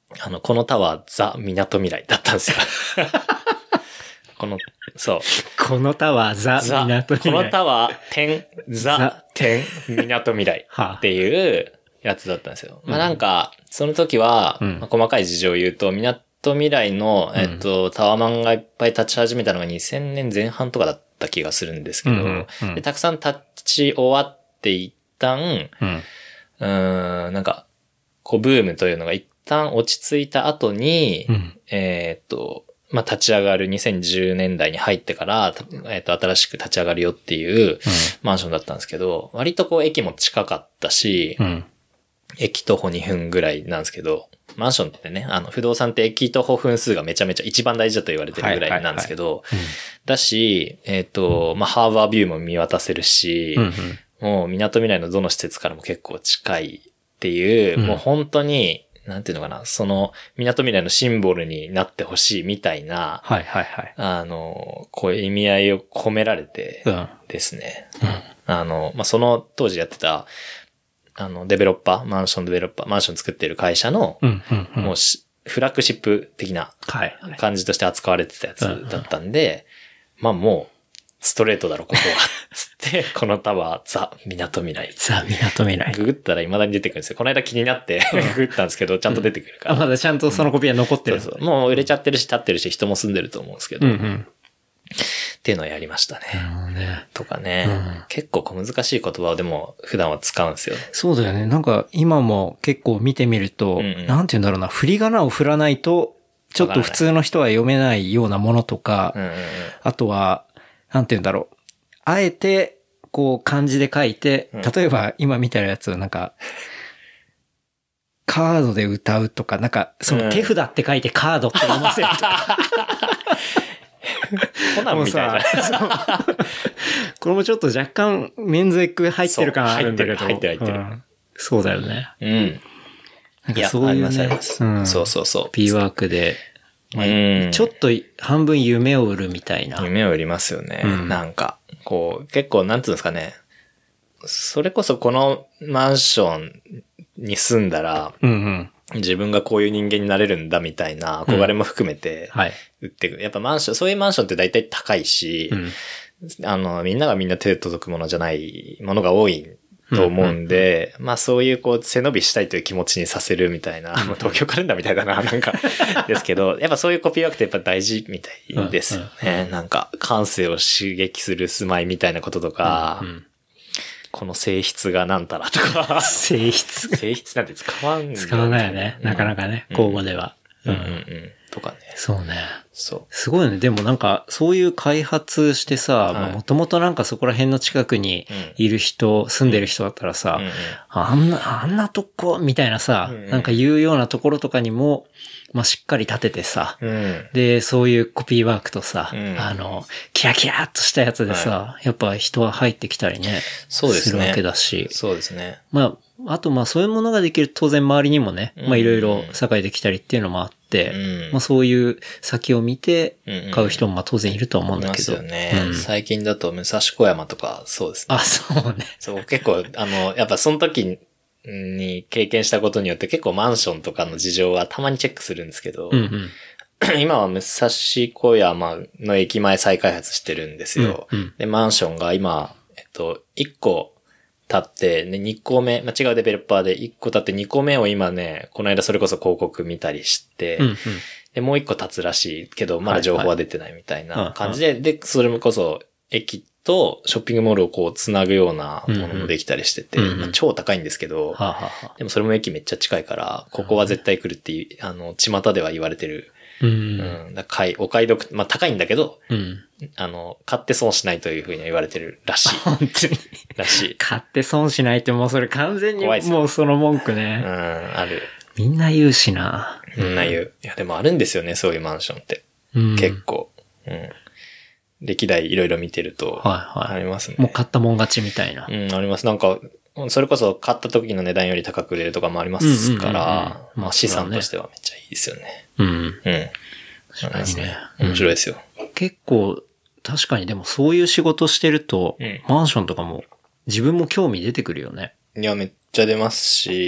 あの、このタワーザ・みなとみらいだったんですよ。この、そう。 このタワーザ・ザ・みなとみらい。 このタワー、点、ザ、点、みなとみらいっていうやつだったんですよ。まあなんか、その時は、 うんまあ、細かい事情を言うと、みなとみらいの、えっと、タワマンがいっぱい立ち始めたのがにせんねんぜん半とかだった気がするんですけど、 うんうんうん、 でたくさん立ち終わって一旦、 うん。 うーん、なんか、こう、ブームというのが一旦落ち着いた後に、 うん、 えーっと、まあ、立ち上がるにせんじゅうねんだいに入ってから、えーっと、新しく立ち上がるよっていうマンションだったんですけど、割とこう、駅も近かったし、 うん。 駅徒歩にふんぐらいなんですけど、マンションってね、あの、不動産って駅徒歩分数がめちゃめちゃ一番大事だと言われてるぐらいなんですけど、だし、えーっと、まあ、ハーバービューも見渡せるし、 うんうんもう、港未来のどの施設からも結構近いっていう、 うんもう本当に、なんていうのかな、その、港未来のシンボルになってほしいみたいな、 はいはいはい。 あの、こういう意味合いを込められてうん。 ですね。 うん。 あの、まあ、その当時やってた、あの、デベロッパー、マンションデベロッパー、マンション作ってる会社の、 うんうんうん。 もうしフラッグシップ的なはい。 感じとして扱われてたやつだったんで、まあもう、ストレートだろ、ここは。つって、このタワー、ザ・港未来。 ザ・みなとみらい。 ググったら未だに出てくるんですよ。この間気になってググったんですけど、ちゃんと出てくるかあ、 ら。 まだちゃんとそのコピーは残ってる。 そうそう。もう売れちゃってるし、立ってるし、人も住んでると思うんですけど。 うんうん。 っていうのをやりましたね。 うんね。 とかね、 うん結構小難しい言葉をでも普段は使うんですよ。 そうだよね。なんか今も結構見てみると、 うんうんなんて言うんだろうな、振り仮名を振らないと、ちょっと普通の人は読めないようなものとか、 うんうんうん。 あとは、なんて言うんだろう。あえて、こう漢字で書いて、 うん例えば今見てるやつ、なんか、カードで歌うとか、なんか、その手札って書いてカードって読ませるとか。 コナンみたいな。 もうさそうこれもちょっと若干メンズエッグ入ってる感あるんだけど。 そう入ってる入ってる入ってるうんそうだよね。 うん。 なんかそういういやありますありねま。すうんそうそうそう。 P ワークで、まあうんちょっと半分夢を売るみたいな。 夢を売りますよね。 うんなんか、こう、結構、なんていうんですかね。それこそこのマンションに住んだら、 うんうん。 自分がこういう人間になれるんだみたいな憧れも含めて、 はい。 売ってくる。やっぱマンション、そういうマンションって大体高いし、 うん。 あの、みんながみんな手届くものじゃないものが多いと思うんで、まあそういうこう背伸びしたいという気持ちにさせるみたいな、まあ東京カレンダーみたいだな、なんか、ですけど、やっぱそういうコピーワークってやっぱ大事みたいですよね。なんか感性を刺激する住まいみたいなこととか、 うんこの性質がなんたらとか、 性質。 性質なんて使わん使わないよね。なかなかね、口語では。 うんうんうん。とかね。 そうね。 そう。 すごいよね。でもなんか、そういう開発してさ、 はいもともとなんかそこら辺の近くにいる人、住んでる人だったらさ、 うんうんあんな、あんなとこ、みたいなさ、 うんうんなんか言うようなところとかにも、まあ、しっかり立ててさ、 うん。 で、そういうコピーワークとさ、 うんあの、キラキラっとしたやつでさ、やっぱ人は入ってきたりね、 そうですねるわけだし、 そうですね。 まあ、あとまあそういうものができると当然周りにもね、 うんまあいろいろ栄えてきたりっていうのもあって、 うんまあそういう先を見てうん買う人もまあ当然いるとは思うんいますだけど。 よね、 うん最近だと武蔵小山とかそうですね。 あ、そうね。 そう、結構、あの、やっぱその時に経験したことによって結構マンションとかの事情はたまにチェックするんですけど、 うんうん。 今は武蔵小山の駅前再開発してるんですよ。 うんうんで、マンションが今、えっと、いっこ建って、ね、にこめ、まあ、違うデベロッパーでいっこ建ってにこめを今ね、この間それこそ広告見たりして、 うんうん。 で、もういっこ建つらしいけど、まだ情報は出てないみたいはいはない感じで、で、それこそ駅とショッピングモールをこう繋ぐようなものもできたりしてて、 うんうんまあ、超高いんですけど、 はあ、はあはあ、 でもそれも駅めっちゃ近いから、ここは絶対来るっていう、あの、巷では言われてる。 うん。 うん。だ買い、お買い得、まあ高いんだけど、 うん。 あの、買って損しないというふうには言われてるらしい。 本当に。 らしい。 買って損しないってもうそれ完全に怖いっすよもうその文句うん、 ね。 ある。 みんな言うしな。 みんな言う。いや、でもあるんですよね、そういうマンションって。 うん。 結構。うん。歴代いろいろ見てると、 はいはい。 ありますね。 もう買ったもん勝ちみたいな。 うん、あります。なんか、それこそ買った時の値段より高く売れるとかもありますかうんうんうんうんら、 まあまあ資産としてはめっちゃいいですよね。 うん。 うん。 確かにね。 面白いですよ。 結構、確かにでもそういう仕事してると、 うんマンションとかも自分も興味出てくるよね。 いや、めっちゃ出ますし、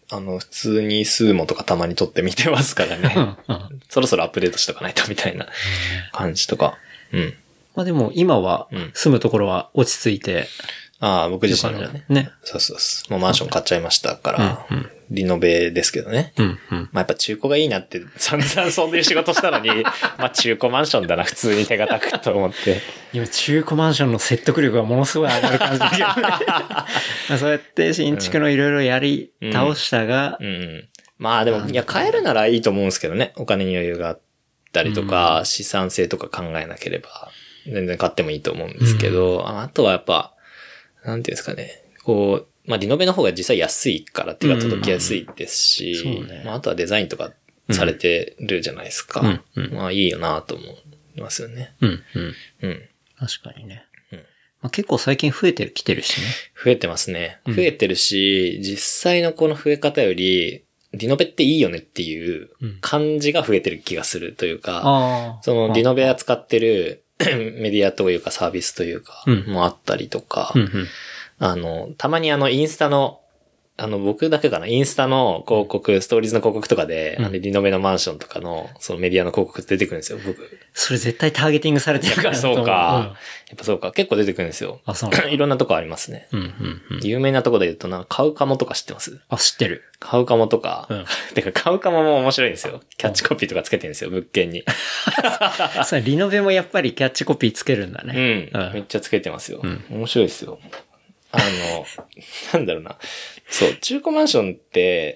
あの、普通にスーモとかたまに撮ってみてますからね。 うんうんそろそろアップデートしとかないとみたいな感じとか。うん。 まあでも今はうん住むところは落ち着いて、 ああ、僕自身のね。 ね。 そうそうそう。もうマンション買っちゃいましたから、 うんうんリノベですけどね。 うんうん。 まあやっぱ中古がいいなって散々そういう仕事したのに、まあ中古マンションだな、普通に手堅くと思って。 今中古マンションの説得力がものすごい上がる感じだけどね。まあそうやって新築のいろいろやり倒したが、 うんうん。まあでも、いや、買えるならいいと思うんですけどね。お金に余裕があったりとか、 うん資産性とか考えなければ、全然買ってもいいと思うんですけど、ああとはやっぱ、なんていうんですかね。こう、まあリノベの方が実際安いからっていうか届きやすいですし、 うんそうねまああとはデザインとかされてるじゃないですか。 うんうんまあいいよなと思いますよね。 うんうん。 うん。 確かにね。 うんまあ、結構最近増えてる、来てるしね。 増えてますね。 うん増えてるし、実際のこの増え方より、リノベっていいよねっていう感じが増えてる気がするというか、 ああ。 そのリノベ扱ってるメディアというかサービスというか、 うんもあったりとか、 うんうん。 あの、たまにあのインスタの、あの僕だけかな、インスタの広告、ストーリーズの広告とかで、 うんあのリノベのマンションとかの、そのメディアの広告出てくるんですよ、僕。 それ絶対ターゲティングされてるからだと思そうか、やっぱそうか、結構出てくるんですよ。 あ、そうなんだいろんなとこありますね。 うんうんうん。 有名なとこで言うとな、買うかもとか知ってます？ あ、知ってる。 買うかもとか、 うんてか買うかもも面白いんですよ。キャッチコピーとかつけてるんですよ、物件に。 それリノベもやっぱりキャッチコピーつけるんだうね。 ん。めっちゃつけてますよ。 うん面白いですよ。あの、なんだろうな。そう、中古マンションって、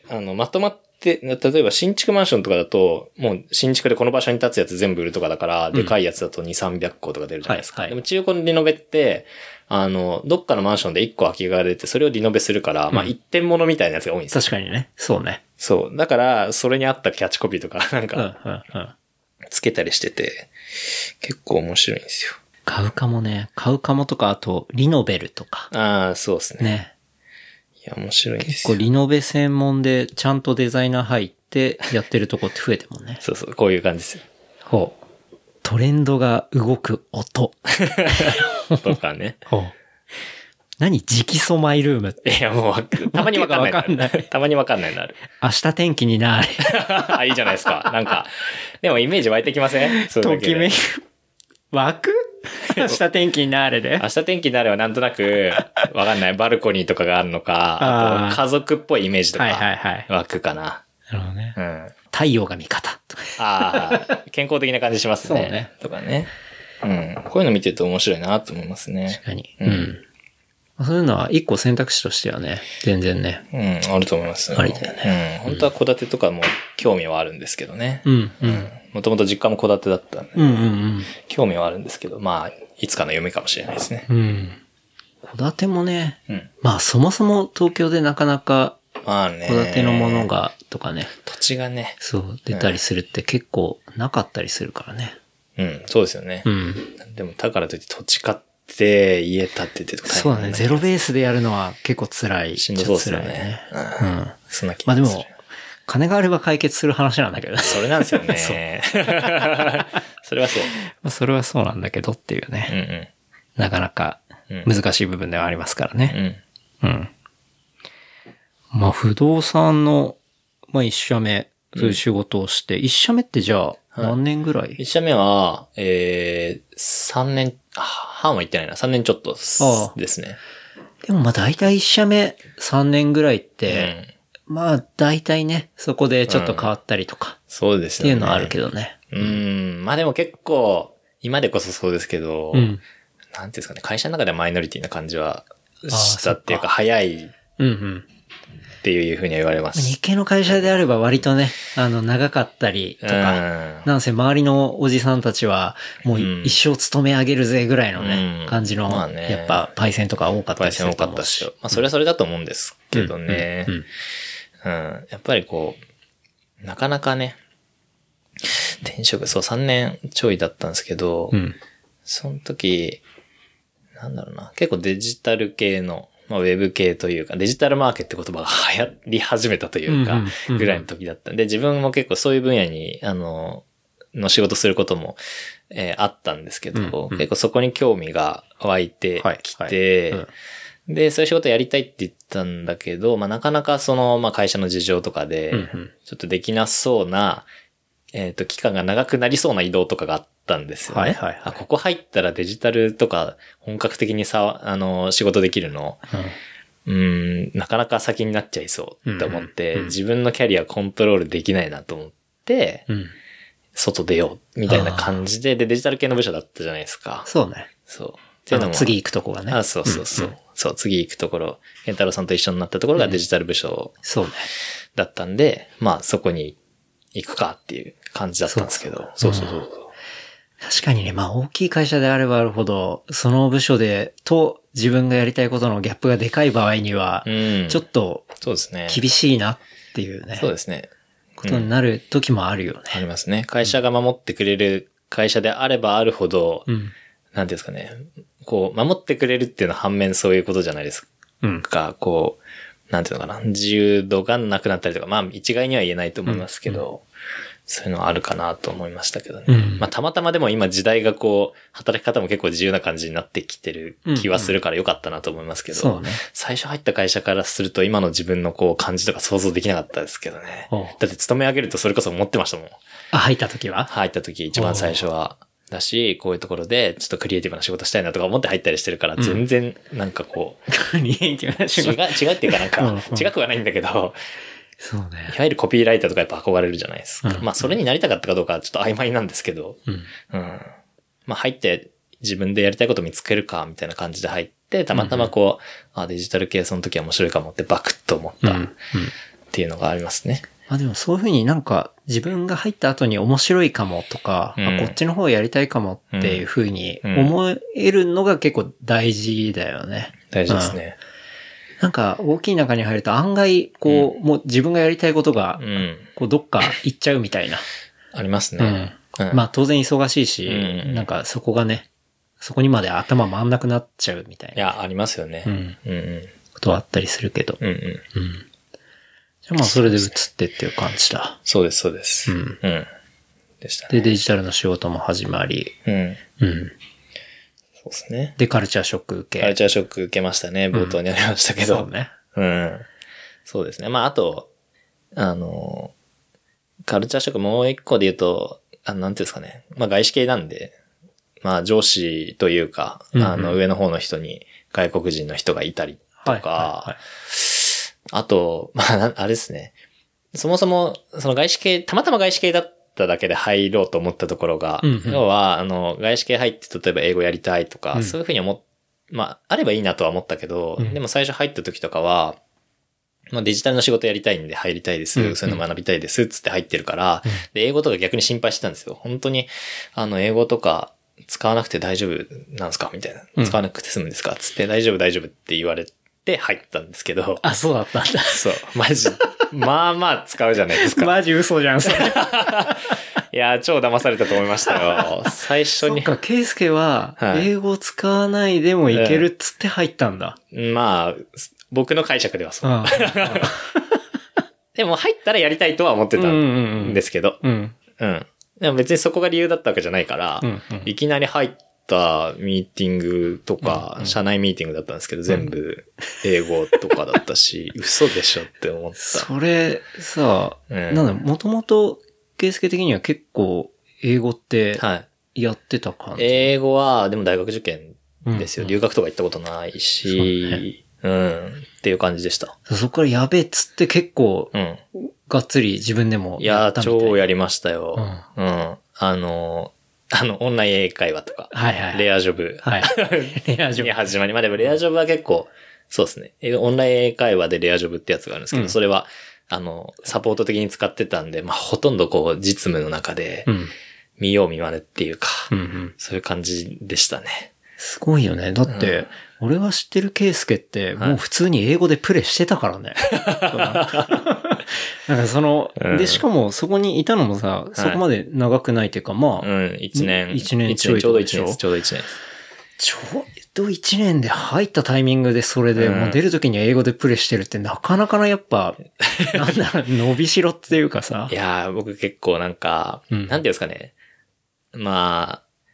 あの、まとまって、例えば新築マンションとかだと、もう新築でこの場所に建つやつ全部売るとかだから、 んでかいやつだとに、さんびゃっことか出るじゃないですか。 はいはいでも中古のリノベって、あの、どっかのマンションでいっこ空きが出て、それをリノベするから、まあ一点物みたいなやつが多いんですよ。 確かにね。そうね。 そう。だから、それに合ったキャッチコピーとか、なんうんか、 うんうん。 つけたりしてて、結構面白いんですよ。 買うかもね。買うかもとか、あと、リノベルとか。 ああ、そうですね。 ね。 いや、面白いんですよ。 結構リノベ専門でちゃんとデザイナー入ってやってるとこって増えてるもんね。 そうそう、こういう感じですよ。 ほう。トレンドが動く音。 とかね。 ほう。何直訴マイルームって。 いや、もう、たまにわかんないのある。 わけがわかんないたまにわかんないのある。 明日天気になれ。 あ、いいじゃないですか。なんか、でもイメージ湧いてきません？そういうだけでときめく。湧く明日天気になれで。 明日天気になればなんとなく、わかんない。バルコニーとかがあるのか、ああーと家族っぽいイメージとはいはいか、 はい。 湧くかな。 なるほどねう。ん。 太陽が味方。 ああ、健康的な感じしますね。 そうね。 とかね。うん。こういうの見てると面白いなと思いますね。 確かに。 ううんん。そういうのは一個選択肢としてはね、全然ね。 うん、あると思いますよ。 ありだよね。うん。本当は戸建てとかも興味はあるんですけどね。 うん、うん。 もともと実家も戸建てだったんで、 うん、うん、 興味はあるんですけど、まあ、いつかの夢かもしれないですね。 うん。うん。戸建てもね、 うん。 まあそもそも東京でなかなかまあね。 戸建てのものが、とかね、 土地がね。 そう、出たりするって結構なかったりするからね。 うん、そうですよね。 うん。 でも、だからといって土地買って、家建ててとか大変そうだね。ゼロベーススでやるのは結構辛い。 しんどそうですよ辛いね。 ううんん。 そんな気まあでがするも、金があれば解決する話なんだけどね。 それなんですよね。それはそう。 まあそれはそうなんだけどっていううね。 んなかなかうん。 難しい部分ではありますからうね。 ん。 うん。まあ不動産の、まあ一社目、そういう仕事をして、一社目ってじゃあ何年ぐらい、 一社目は、えー、三年、あ半は行ってないな。三年ちょっとすああですね。 でもまあ大体一社目さんねんぐらいって、 うん。 まあ大体ね、そこでちょっと変わったりとかそうですよね。 っていうのはあるけどね。 うーん。まあでも結構、今でこそそうですけど、 うん。 なんていうんですかね、会社の中ではマイノリティな感じはあしたっていうか、 そっか早いっうんうん。 ていうふうには言われます。 日系の会社であれば割とね、あの、長かったりとか、なんせ周りのおじさんたちは、もううん一生勤め上げるぜぐらいのね、 うん感じの、 まあねやっぱ、パイセンとか多かったパイりするセン多かったっと思うし。 すよ。まあそれはそれだと思うんですけどね。 うんうんうん。やっぱりこう、なかなかね、転職、そうさんねんちょいだったんですけど、 うん。 その時、なんだろうな、結構デジタル系の、まあ、ウェブ系というか、デジタルマーケって言葉が流行り始めたというかうんうんうん、 ぐらいの時だったんで、自分も結構そういう分野に、あの、の仕事することも、えーあったんですけど、 うんうん結構そこに興味が湧いてきて、 はいはいうんで、そういう仕事やりたいって言ったんだけど、まあなかなかその、まあ会社の事情とかで、ちょっとできなそうな、えっと、期間が長くなりそうな移動とかがあったんですよね。 はいはいはい。 あ、ここ入ったらデジタルとか本格的にさ、あの、仕事できるの、うん、うんなかなか先になっちゃいそうって思って、うんうん、自分のキャリアコントロールできないなと思って、うん、外出ようみたいな感じで、で、デジタル系の部署だったじゃないですか。 そうね。 そう。 っていうのも次行くとこがね。 あ、そうそうそう。うんうん、そう、次行くところ、ケンタロウさんと一緒になったところがデジタル部署だったんで、うん、まあそこに行くかっていう感じだったんですけど。そうそうそう。うん、 確かにね、まあ大きい会社であればあるほど、その部署で、と自分がやりたいことのギャップがでかい場合には、ちょっと、そうですね。厳しいなっていうね。 そうですね。 ことになる時もあるよね。 ありますね。会社が守ってくれる会社であればあるほど、うん、なんていうんですかね。こう、守ってくれるっていうのは反面そういうことじゃないですか。うん、こう、なんていうのかな。自由度がなくなったりとか、まあ一概には言えないと思いますけど、うんうん、そういうのはあるかなと思いましたけどね。うん、まあたまたまでも今時代がこう、働き方も結構自由な感じになってきてる気はするから良かったなと思いますけど、うんうんね、最初入った会社からすると今の自分のこう感じとか想像できなかったですけどね。だって勤め上げるとそれこそ思ってましたもん。 あ、入った時は入った時一番最初は。だし、こういうところでちょっとクリエイティブな仕事したいなとか思って入ったりしてるから、全然なんかこう、 クリエイティブな仕事違う、違うっていうかなんか、違くはないんだけど、 そうね。 いわゆるコピーライターとかやっぱ憧れるじゃないですか。うん、まあそれになりたかったかどうかはちょっと曖昧なんですけど、うん。うん、まあ入って自分でやりたいこと見つけるかみたいな感じで入って、たまたまこう、うん、あ、デジタル系その時は面白いかもってバクッと思ったっていうのがありますね。 まあでもそういうふうになんか自分が入った後に面白いかもとか、うん、あこっちの方やりたいかもっていうふうに思えるのが結構大事だよね。 大事ですね。 うん、なんか大きい中に入ると案外こう、うん、もう自分がやりたいことがこうどっか行っちゃうみたいな。 ありますね。 うんうん、まあ当然忙しいし、うん、なんかそこがね、そこにまで頭回んなくなっちゃうみたいな。 いや、ありますよね。うんうんうん、 ことはあったりするけど。うんうんうんじゃあまあそれで移ってっていう感じだ。 そうです、そうです。うん。うん。でしたね。で、デジタルの仕事も始まり。うん。うん。 そうですね。 で、カルチャーショック受け。 カルチャーショック受けましたね。冒頭にありましたけど。 うん、そうね。 うん。そうですね。まああと、あの、カルチャーショックもう一個で言うと、あの、なんていうんですかね。まあ外資系なんで、まあ上司というか、うんうん、あの上の方の人に外国人の人がいたりとか、はいはいはいあと、まあ、あれですね。そもそも、その外資系、たまたま外資系だっただけで入ろうと思ったところが、うんうん、要は、あの、外資系入って例えば英語やりたいとか、うん、そういうふうに思っ、まあ、あればいいなとは思ったけど、うん、でも最初入った時とかは、まあ、デジタルの仕事やりたいんで入りたいです、うんうん、そういうの学びたいです、つって入ってるから、うん、で、英語とか逆に心配してたんですよ。本当に、あの、英語とか使わなくて大丈夫なんですかみたいな。使わなくて済むんですかつって、大丈夫大丈夫って言われて、で入ったんですけど。 あ、そうだったんだ。 そう。マジ。まあまあ使うじゃないですか。 マジ嘘じゃん、それ。 いや、超騙されたと思いましたよ。最初に。 そっか、ケイスケは、英語を使わないでもいけるっつって入ったんだ。 うん、まあ、僕の解釈ではそう。ああでも入ったらやりたいとは思ってたんですけど。うん、うん。うん。でも別にそこが理由だったわけじゃないから、うんうん、いきなり入って、ミーティングとか、うんうん、社内ミーティングだったんですけど、全部英語とかだったし、うん、嘘でしょって思った。 それさ、うん、なんだ、もともと、ケイスケ的には結構英語ってやってた感じ、はい、 英語は、でも大学受験ですよ、うんうん。留学とか行ったことないし、うね、うん、っていう感じでした。 そこからやべえっつって結構、うん、がっつり自分でもやったみたい。 いや、超やりましたよ。うん。うん、あの、あの、オンライン英会話とか。はいはい。レアジョブ。はい。レアジョブ。に始まり。まあでもレアジョブは結構、そうですね。オンライン英会話でレアジョブってやつがあるんですけど、うん、それは、あの、サポート的に使ってたんで、まあほとんどこう、実務の中で、見よう見まねっていうか、うんうん、そういう感じでしたね。 すごいよね。だって、うん、俺が知ってるケイスケって、もう普通に英語でプレイしてたからね。はい、なんかその、うん、で、しかもそこにいたのもさ、そこまで長くないっていうか、まあ、 うん、一年。 一年ちょいちょうど一年。ちょうど一年。 ちょうど一年で入ったタイミングでそれで、もう出るときに英語でプレイしてるってなかなかなやっぱ、なんだろう、伸びしろっていうかさ。 いやー、僕結構なんか、うん、なんていうんですかね。まあ、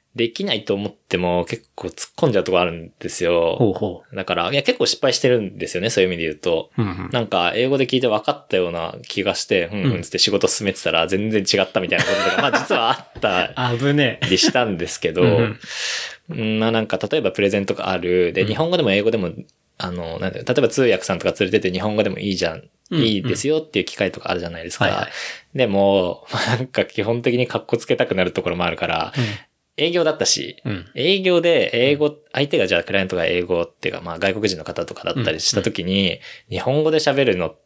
できないと思っても結構突っ込んじゃうとこあるんですよ。 ほうほだから、いや結構失敗してるんですよね、そういう意味で言うと。 う。うんうん。 なんか、英語で聞いて分かったような気がして、うんうんつって仕事進めてたら全然違ったみたいなこととか、まあ実はあった危ねえ。 りしたんですけど、 うんうんまあなんか、例えばプレゼントがある。で、日本語でも英語でも、あの、なんだよ例えば通訳さんとか連れてって日本語でもいいじゃん。 うんいいですよっていう機会とかあるじゃないですか。 はいはいでも、まあなんか基本的に格好つけたくなるところもあるから、営業だったし、 うん営業で英語、相手がじゃあクライアントが英語っていうか、まあ外国人の方とかだったりした時に、日本語で喋るのって、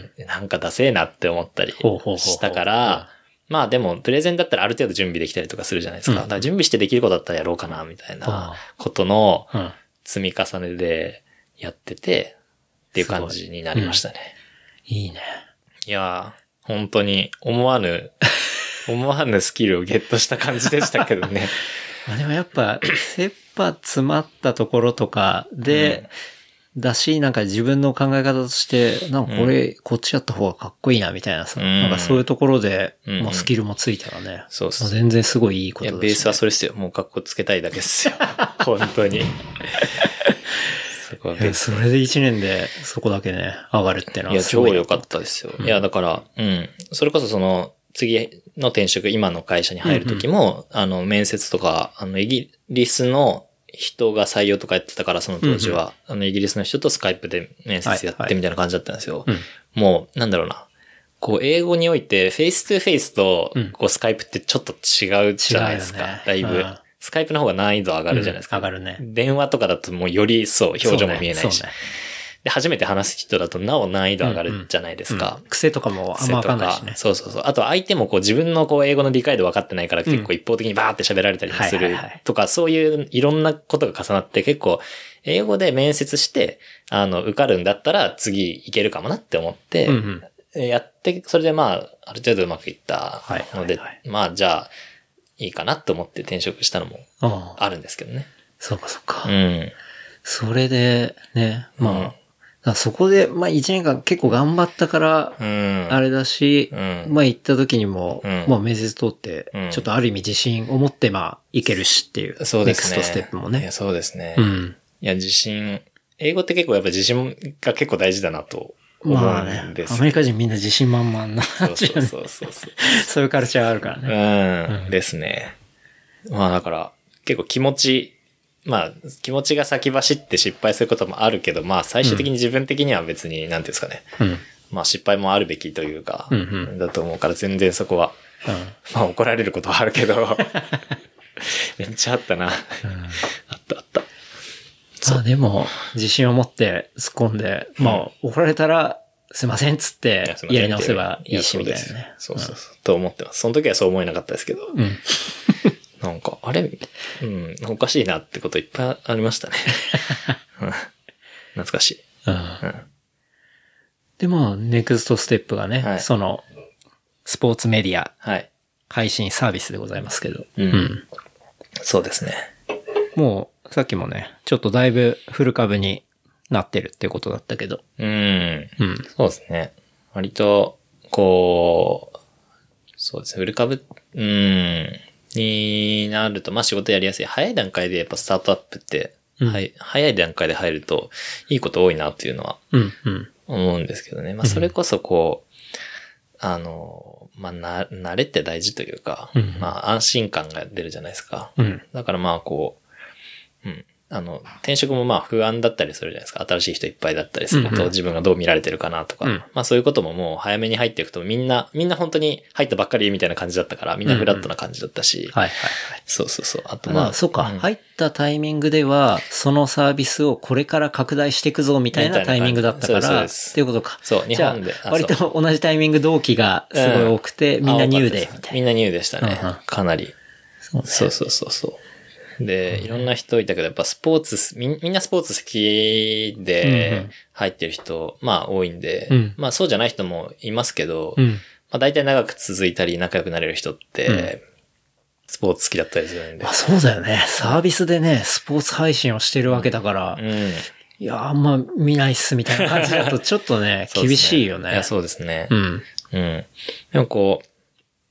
なんかダセえなって思ったりほうほうほうほうしたから、まあでも、プレゼンだったらある程度準備できたりとかするじゃないですか。 うんだから準備してできることだったらやろうかな、みたいなあことのうん。 積み重ねでやってて、っていう感じになりましたね。 いいね。 いやー、本当に思わぬ、思わぬスキルをゲットした感じでしたけどね。 まあでもやっぱ、切羽詰まったところとかで、だし、なんか自分の考え方として、なんかこれ、こっちやった方がかっこいいな、みたいなさ、 うんなんかそういうところで、 うんもうスキルもついたらね、 そうそうもう全然すごいいいこいや、 とだし、ね。 ベースはそれですよ。もう格好つけたいだけですよ。本当に。そこはベーいやス。 それで一年でそこだけね、上がるってのいや、 はすごいな超良かったですよ。いや、だから、うん。それこそその、次の転職、今の会社に入る時も、あの、面接とか、あの、イギリスの人が採用とかやってたから、その当時は、あの、イギリスの人とスカイプで面接やってみたいな感じだったんですよ。 うんもう、なんだろうな。こう、英語において、フェイストゥフェイスとうん、 こう、スカイプってちょっと違うじゃないですか。 違うよねだいぶうん。 スカイプの方が難易度上がるじゃないですか。 うん上がるね電話とかだともうよりそう、表情も見えないし。 そうねで、初めて話す人だとなお難易度上がるじゃないですか。 うん癖とかもあんまわかんないしね。 そうそうそう。あと相手もこう自分のこう英語の理解度分かってないから結構一方的にバーって喋られたりするはいはいはいとか、そういういろんなことが重なって結構英語で面接して、あの、受かるんだったら次いけるかもなって思って、 うんうんやって、それでまあ、ある程度うまくいったので、 はいはいはいまあじゃあいいかなと思って転職したのもあああるんですけどね。 そうかそうか。 うん。 それで、ね、まあ、 うんだからそこで、まあ一年間結構頑張ったから、 うん。 あれだし、 うんまあ行った時にも、 うんまあ面接通ってうん、 ちょっとある意味自信を持ってまあいけるしっていう、 そうですね。 ネクストステップもいや、 ね。 そうですね。 うん。 いや、自信、英語って結構やっぱ自信が結構大事だなと思まあねうんで、す。 アメリカ人みんな自信満々な、 そうそうそうそうそう。 そういうカルチャーがあるからね。 うん、ですね。まあだから、結構気持ち、まあ気持ちが先走って失敗することもあるけど、まあ最終的に自分的には別に、なんていうんですかね。 うん。 まあ失敗もあるべきというか、 うんうんだと思うから全然そこは、 うん。 まあ怒られることはあるけど、めっちゃあったな。あったあった。 まあでも、自信を持って突っ込んで、まあ怒られたら、すいませんっつっていやすいませんやり直せばいいし、 やみたいなね。 そうそうそう。と思ってます。その時はそう思えなかったですけど。 うん。 なんか、あれうん、おかしいなってこといっぱいありましたね。うん懐かしい。 うんうんで、まあ、ネクストステップがね、 はいその、スポーツメディアはい。 配信サービスでございますけど。 うんそうですね。 もう、さっきもね、ちょっとだいぶフル株になってるっていうことだったけど。 うん。 うん。 そうですね。割と、こう、そうですね。フル株、うん、になると、まあ仕事やりやすい。早い段階でやっぱスタートアップって、 うんはい、早い段階で入ると、いいこと多いなっていうのはうん、うん。 思うんですけどね。まあそれこそこう、あの、まあな、慣れって大事というか、 うんまあ安心感が出るじゃないですか。 うん。 だからまあこう、うん。あの、転職もまあ不安だったりするじゃないですか。新しい人いっぱいだったりすると、 うんうん自分がどう見られてるかなとか。 うんまあそういうことももう早めに入っていくと、みんな、みんな本当に入ったばっかりみたいな感じだったから、みんなフラットな感じだったし。 はいはいはい。 そうそうそう。あとまあ。 まあ、そうか、 ん入ったタイミングでは、そのサービスをこれから拡大していくぞみたいなタイミングだったかそうですそうら、っですていうことか。 そう、日じゃあ本で。あ割そうと同じタイミング同期がすごい多くて、みんなニューで、みたいな。 みんなニューでしたねうんうん。 かなり。 そうねそうそうそうそう。で、いろんな人いたけど、やっぱスポーツ、みんみんなスポーツ好きうんうでん入ってる人、まあ多いんで、 うんまあそうじゃない人もいますけど、 うん。 まあ大体長く続いたり仲良くなれる人って、 うんスポーツ好きだったりするんでまあ。そうだよね。サービスでね、スポーツ配信をしてるわけだから、 うん。 いや、あんま見ないっすみたいな感じだとちょっとね、 そうですね厳しいよね。 いや、そうですね。 うん。 うん。でもこう、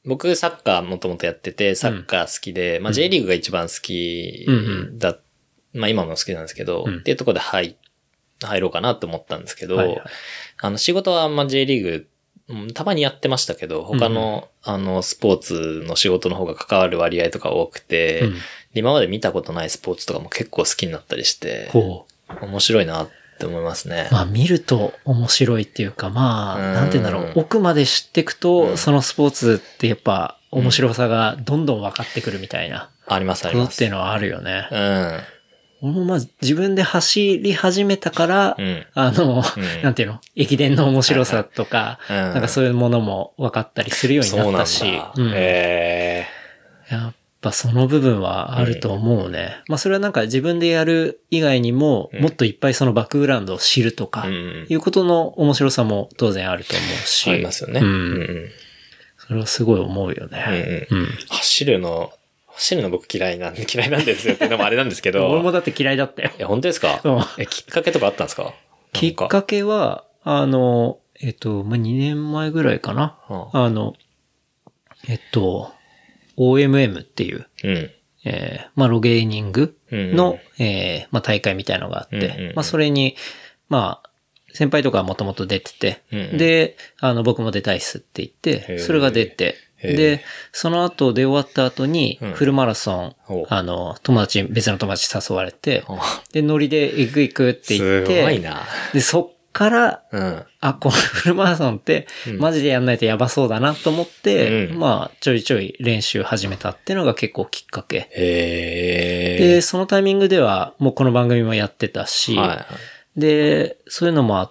僕サッカーもともとやってて、サッカー好きで、うん、まあ J リーグが一番好きだ、うんうん、まあ今も好きなんですけど、うん、っていうところで入、入ろうかなと思ったんですけど、はいはい、あの仕事はまあ J リーグ、たまにやってましたけど、他の、うん、あの、スポーツの仕事の方が関わる割合とか多くて、うん、今まで見たことないスポーツとかも結構好きになったりして、面白いなって思いますね。 まあ見ると面白いっていうか、まあ、なんて言うんだろう、奥まで知っていくと、うん、そのスポーツってやっぱ面白さがどんどん分かってくるみたいな。 ありますあります。 っていうのはあるよね。 うん。 俺もまあ自分で走り始めたから、うん、あの、うん、なんていうの、駅伝の面白さとか、うん、なんかそういうものも分かったりするようになったし、 うん、へーやっぱその部分はあると思うね。うん、まあそれはなんか自分でやる以外にも、もっといっぱいそのバックグラウンドを知るとか、いうことの面白さも当然あると思うし。 ありますよね。うん、 それはすごい思うよね。 うんうん、走るの、走るの僕嫌いなんで、嫌いなんですよっていうのもあれなんですけど。 俺もだって嫌いだったよ。 え、本当ですか？うん、え、きっかけとかあったんですか？ きっかけは、あの、えっと、まあ、にねんまえぐらいかな。はあ、あの、えっと、オーエムエム っていう、うん、えー、まあ、ロゲーニングの、うん、えー、まあ、大会みたいのがあって、うんうんうん、まあ、それに、まあ、先輩とかはもともと出てて、うんうん、で、あの、僕も出たいっすって言って、それが出て、で、その後出終わった後に、フルマラソン、うん、あの、友達、別の友達誘われて、で、ノリで行く行くって言って、 すごいな。 で、そっから、うん、あ、このフルマラソンって、マジでやんないとやばそうだなと思って、うん、まあ、ちょいちょい練習始めたっていうのが結構きっかけ。 へー。 で、そのタイミングでは、もうこの番組もやってたし、はいはい、で、そういうのもあって、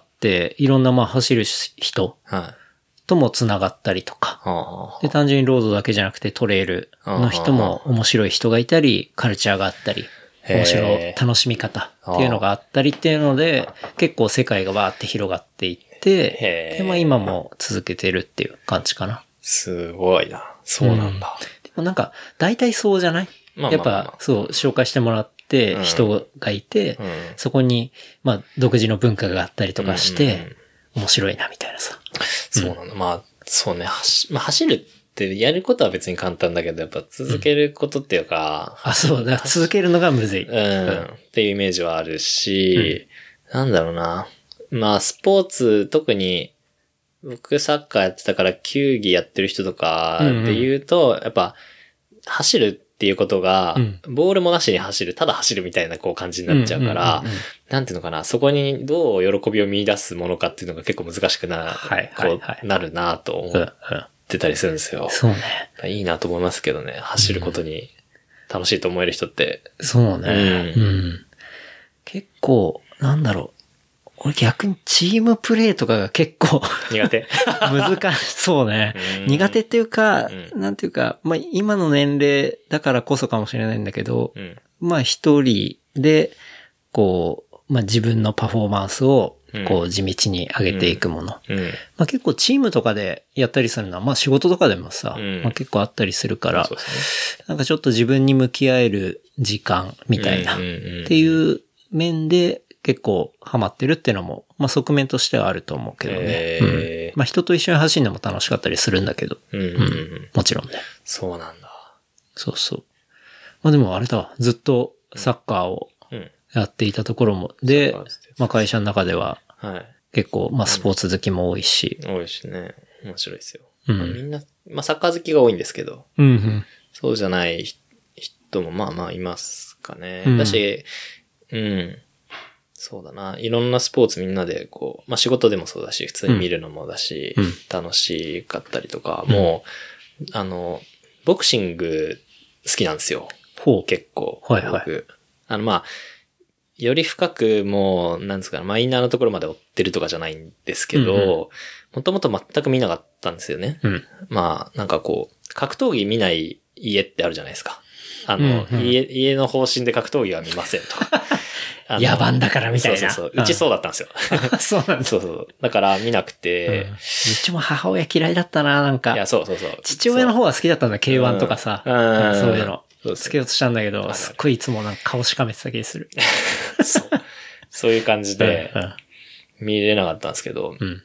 いろんなまあ走る人、はいともつながったりとか、はあ、で単純にロードだけじゃなくてトレイルの人も面白い人がいたり、カルチャーがあったり、面白い楽しみ方っていうのがあったりっていうので、結構世界がわーって広がっていって、でまあ今も続けてるっていう感じかな。 すごいな。そうなんだ。 うん、でもなんか大体そうじゃない？まあまあまあ、やっぱそう紹介してもらって人がいて、うんうん、そこにまあ独自の文化があったりとかして、うんうんうん面白いなみたいなさ。 そうなんだ。うん、まあ、そうね。走、まあ、走るってやることは別に簡単だけど、やっぱ続けることっていうか。 うん、あ、そうだ。続けるのがむずい。 うん。うん、っていうイメージはあるし、うん、なんだろうな。まあ、スポーツ、特に、僕サッカーやってたから球技やってる人とかで言うと、うんうん、やっぱ、走るっていうことが、うん、ボールもなしに走る、ただ走るみたいなこう感じになっちゃうから、うんうんうんうん、なんていうのかな、そこにどう喜びを見出すものかっていうのが結構難しくな、はいはいはい、こうなるなと思ってたりするんですよ。うんうん、 そうね。 いいなと思いますけどね、走ることに楽しいと思える人って。 そうね。うんうん、結構、なんだろう。俺逆にチームプレイとかが結構苦手難しそうね。苦手っていうか、うん、なんていうか、まあ今の年齢だからこそかもしれないんだけど、うん、まあ一人で、こう、まあ自分のパフォーマンスを、こう地道に上げていくもの。うんうん、まあ結構チームとかでやったりするのは、まあ仕事とかでもさ、うん、まあ結構あったりするから、そうですね、なんかちょっと自分に向き合える時間みたいな、っていう面で、結構ハマってるっていうのも、まあ側面としてはあると思うけどね。えーうん、まあ人と一緒に走るのも楽しかったりするんだけど。うんうんうんうん、もちろんね。 そうなんだ。 そうそう。まあでもあれだわ。ずっとサッカーをやっていたところも。うん、で、まあ会社の中では、結構まあスポーツ好きも多いし。 うん、多いしね。面白いですよ。うん、まあ、みんな、まあサッカー好きが多いんですけど。 うんうん、 そうじゃない人もまあまあいますかね。うん、だし、うん。そうだな。いろんなスポーツみんなでこう、まあ仕事でもそうだし、普通に見るのもだし、うん、楽しかったりとか、うん、もう、あの、ボクシング好きなんですよ。 ほう。 結構。 はいはい。 僕。あのまあ、より深くもう、なんですかね、マイナーなところまで追ってるとかじゃないんですけど、もともと全く見なかったんですよね。うん、まあ、なんかこう、格闘技見ない家ってあるじゃないですか。あの、うんうん、家、家の方針で格闘技は見ませんとか。 野蛮だからみたいな。 そうそうそう。うちそうだったんですよ。 そうなんです。 そうそう。だから見なくて、 うん。うちも母親嫌いだったな、なんか。 いや、そうそうそう。 父親の方は好きだったんだ、ケーワン とかさ。うん、そういうの。つけようとしたんだけど、すっごいいつもなんか顔しかめてた気がする。 そう。そういう感じで、見れなかったんですけど、うん、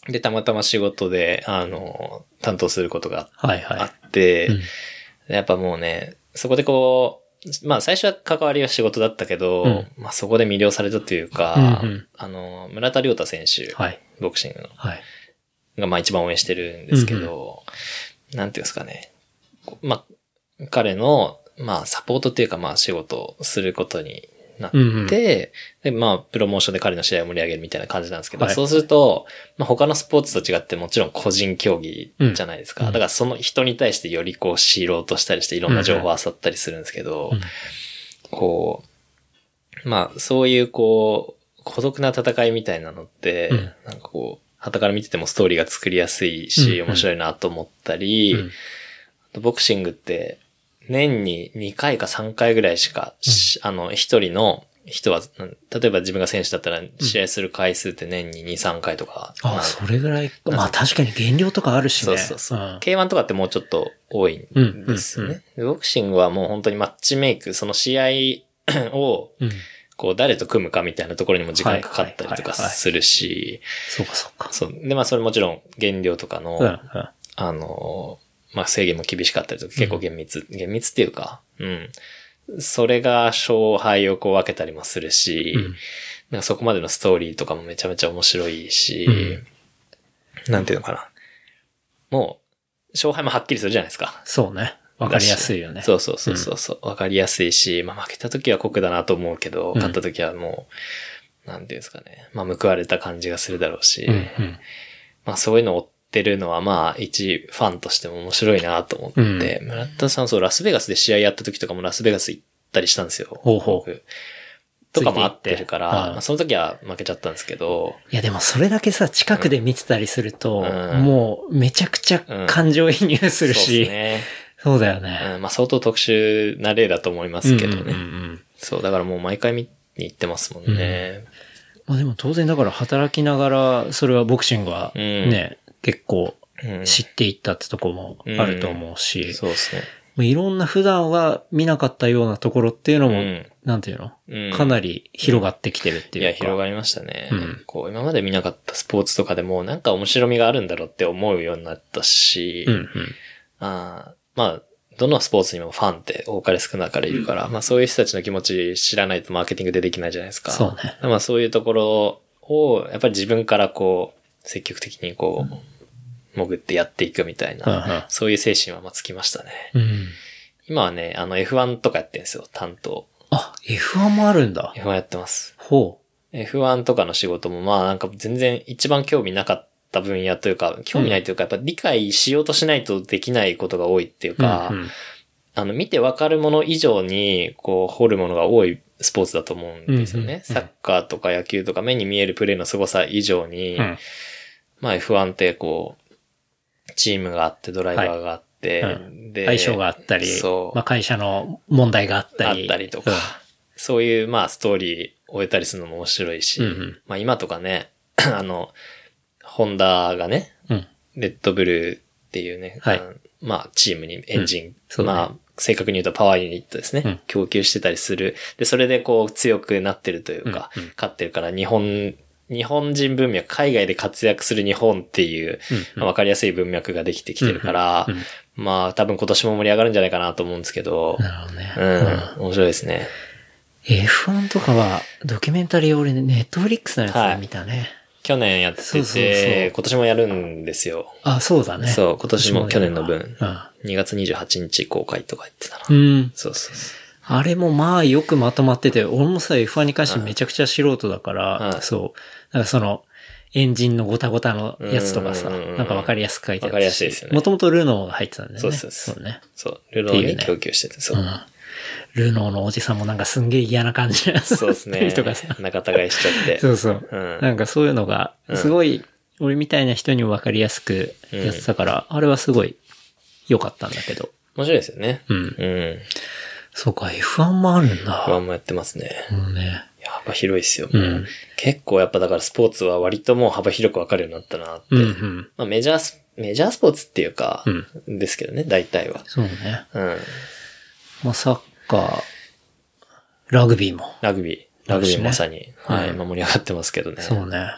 で、たまたま仕事で、あの、担当することがはいはい。 あって、 うんやっぱもうね、そこでこう、まあ最初は関わりは仕事だったけど、 うんまあそこで魅了されたというか、 うんうん、 あの、村田亮太選手、 はい。 ボクシングの、 はい。 がまあ一番応援してるんですけど、うんうん、なんていうんですかね。まあ、彼の、まあサポートっていうかまあ仕事をすることになって、うんうん、で、まあプロモーションで彼の試合を盛り上げるみたいな感じなんですけど、はい、そうすると、まあ他のスポーツと違ってもちろん個人競技じゃないですか。うん、だからその人に対してよりこう知ろうとしたりしていろんな情報を漁ったりするんですけど、うんうん、こう、まあそういうこう、孤独な戦いみたいなのって、うん、なんかこう、傍から見ててもストーリーが作りやすいし、面白いなと思ったり、うんうん、ボクシングって年ににかいかさんかいぐらいしか、うん、あの、一人の人は、例えば自分が選手だったら試合する回数って年にに、さんかいとか。 ああ、それぐらい。まあ確かに減量とかあるしね。 そうそうそう。うん、ケーワン とかってもうちょっと多いんですよね。うんうんうん、ボクシングはもう本当にマッチメイク、その試合を、うんこう、誰と組むかみたいなところにも時間かかったりとかするし。 そうかそうか。 そう。で、まあそれもちろん減量とかの、 うんうん、 あの、まあ制限も厳しかったりとか、結構厳密、うん、厳密っていうか、うん。それが勝敗をこう分けたりもするし、うん、なんかそこまでのストーリーとかもめちゃめちゃ面白いし、うん、なんていうのかな。もう、勝敗もはっきりするじゃないですか。 そうね。わかりやすいよね。 そうそうそうそう。わ、うん、かりやすいし、まあ負けた時は酷だなと思うけど、うん、勝った時はもう、なんていうんですかね。まあ報われた感じがするだろうし、うんうん、まあそういうのを追ってるのはまあ一ファンとしても面白いなと思って、うん、村田さんそうラスベガスで試合やった時とかもラスベガス行ったりしたんですよ。 ほうほう。 とかもあってるから、まあ、その時は負けちゃったんですけど。 いやでもそれだけさ、近くで見てたりすると、うん、もうめちゃくちゃ感情移入するし、うん、そうですね。そうだよね。 うん、まあ相当特殊な例だと思いますけどね。うんうんうん、そう、だからもう毎回見に行ってますもんね。 うん、まあでも当然だから働きながら、それはボクシングはね、うん、結構知っていったってとこもあると思うし。 うん、そうですね。 いろんな普段は見なかったようなところっていうのも、うん、なんていうの、うん、かなり広がってきてるっていうか。 いや、広がりましたね。うん、こう今まで見なかったスポーツとかでもなんか面白みがあるんだろうって思うようになったし、うんうん、あまあ、どのスポーツにもファンって多かれ少なかれいるから、うん、まあそういう人たちの気持ち知らないとマーケティングでできないじゃないですか。 そうね。 まあそういうところを、やっぱり自分からこう、積極的にこう、うん、潜ってやっていくみたいな、うんうん、そういう精神はまあつきましたね。うん、今はね、あの エフワン とかやってるんですよ、担当。 あ、エフワン もあるんだ。 エフワン やってます。 ほう。エフワン とかの仕事もまあなんか全然一番興味なかった分野というか、興味ないというか、やっぱ理解しようとしないとできないことが多いっていうか、うんうん、あの見てわかるもの以上にこう掘るものが多いスポーツだと思うんですよね。うんうんうん、サッカーとか野球とか目に見えるプレーの凄さ以上に、うん、まあ エフワン ってこう、チームがあってドライバーがあって、はいうん、 で相性があったり、そうまあ、会社の問題があったり。 あったりとか、うん、そういうまあストーリーを終えたりするのも面白いし、うんうん、まあ今とかね、あの、ホンダがね、うん、レッドブルっていうね、はい、まあチームにエンジン、うんね、まあ正確に言うとパワーユニットですね、うん、供給してたりする。で、それでこう強くなってるというか、うんうん、勝ってるから日本、日本人文脈、海外で活躍する日本っていう、うんうんまあ、分かりやすい文脈ができてきてるから、うんうんうん、まあ多分今年も盛り上がるんじゃないかなと思うんですけど、 なるほどね。 うん、面白いですね。 エフワン とかはドキュメンタリー俺ね、ネットフリックスのやつ見たね。はい、 去年やっててそうそうそう、今年もやるんですよ。 あ、そうだね。 そう、今年も去年の分、うん、にがつにじゅうはちにち公開とか言ってたな。 うん。 そうそうそう。 あれもまあよくまとまってて、俺もさ エフワン に関してめちゃくちゃ素人だから、うん、そう。なんかその、エンジンのゴタゴタのやつとかさ、なんかわかりやすく書いてあるし。 わかりやすいですよね。 もともとルノーが入ってたんだよね。 そうそうそう。 そうね。 そう。ルノーに供給してて、そう。うん、 ルノーのおじさんもなんかすんげえ嫌な感じな。 そうですね。 とかさ。 仲違いしちゃって。 そうそう、うん。なんかそういうのが、すごい、俺みたいな人にもわかりやすくやってたから、うん、あれはすごい良かったんだけど。 面白いですよね。 うん。うん。そうか、エフワン もあるんだ。 エフワン もやってますね。 うんね。 いや、幅広いっすよ。うん、結構やっぱだからスポーツは割ともう幅広く分かるようになったなって。うんうん、まあメジャース、メジャースポーツっていうか、うん、ですけどね、大体は。 そうね。 うん。 まあサッカー、ラグビーも。 ラグビー。ラグビーまさに、はい、まあ盛り上がってますけどね。 そうね。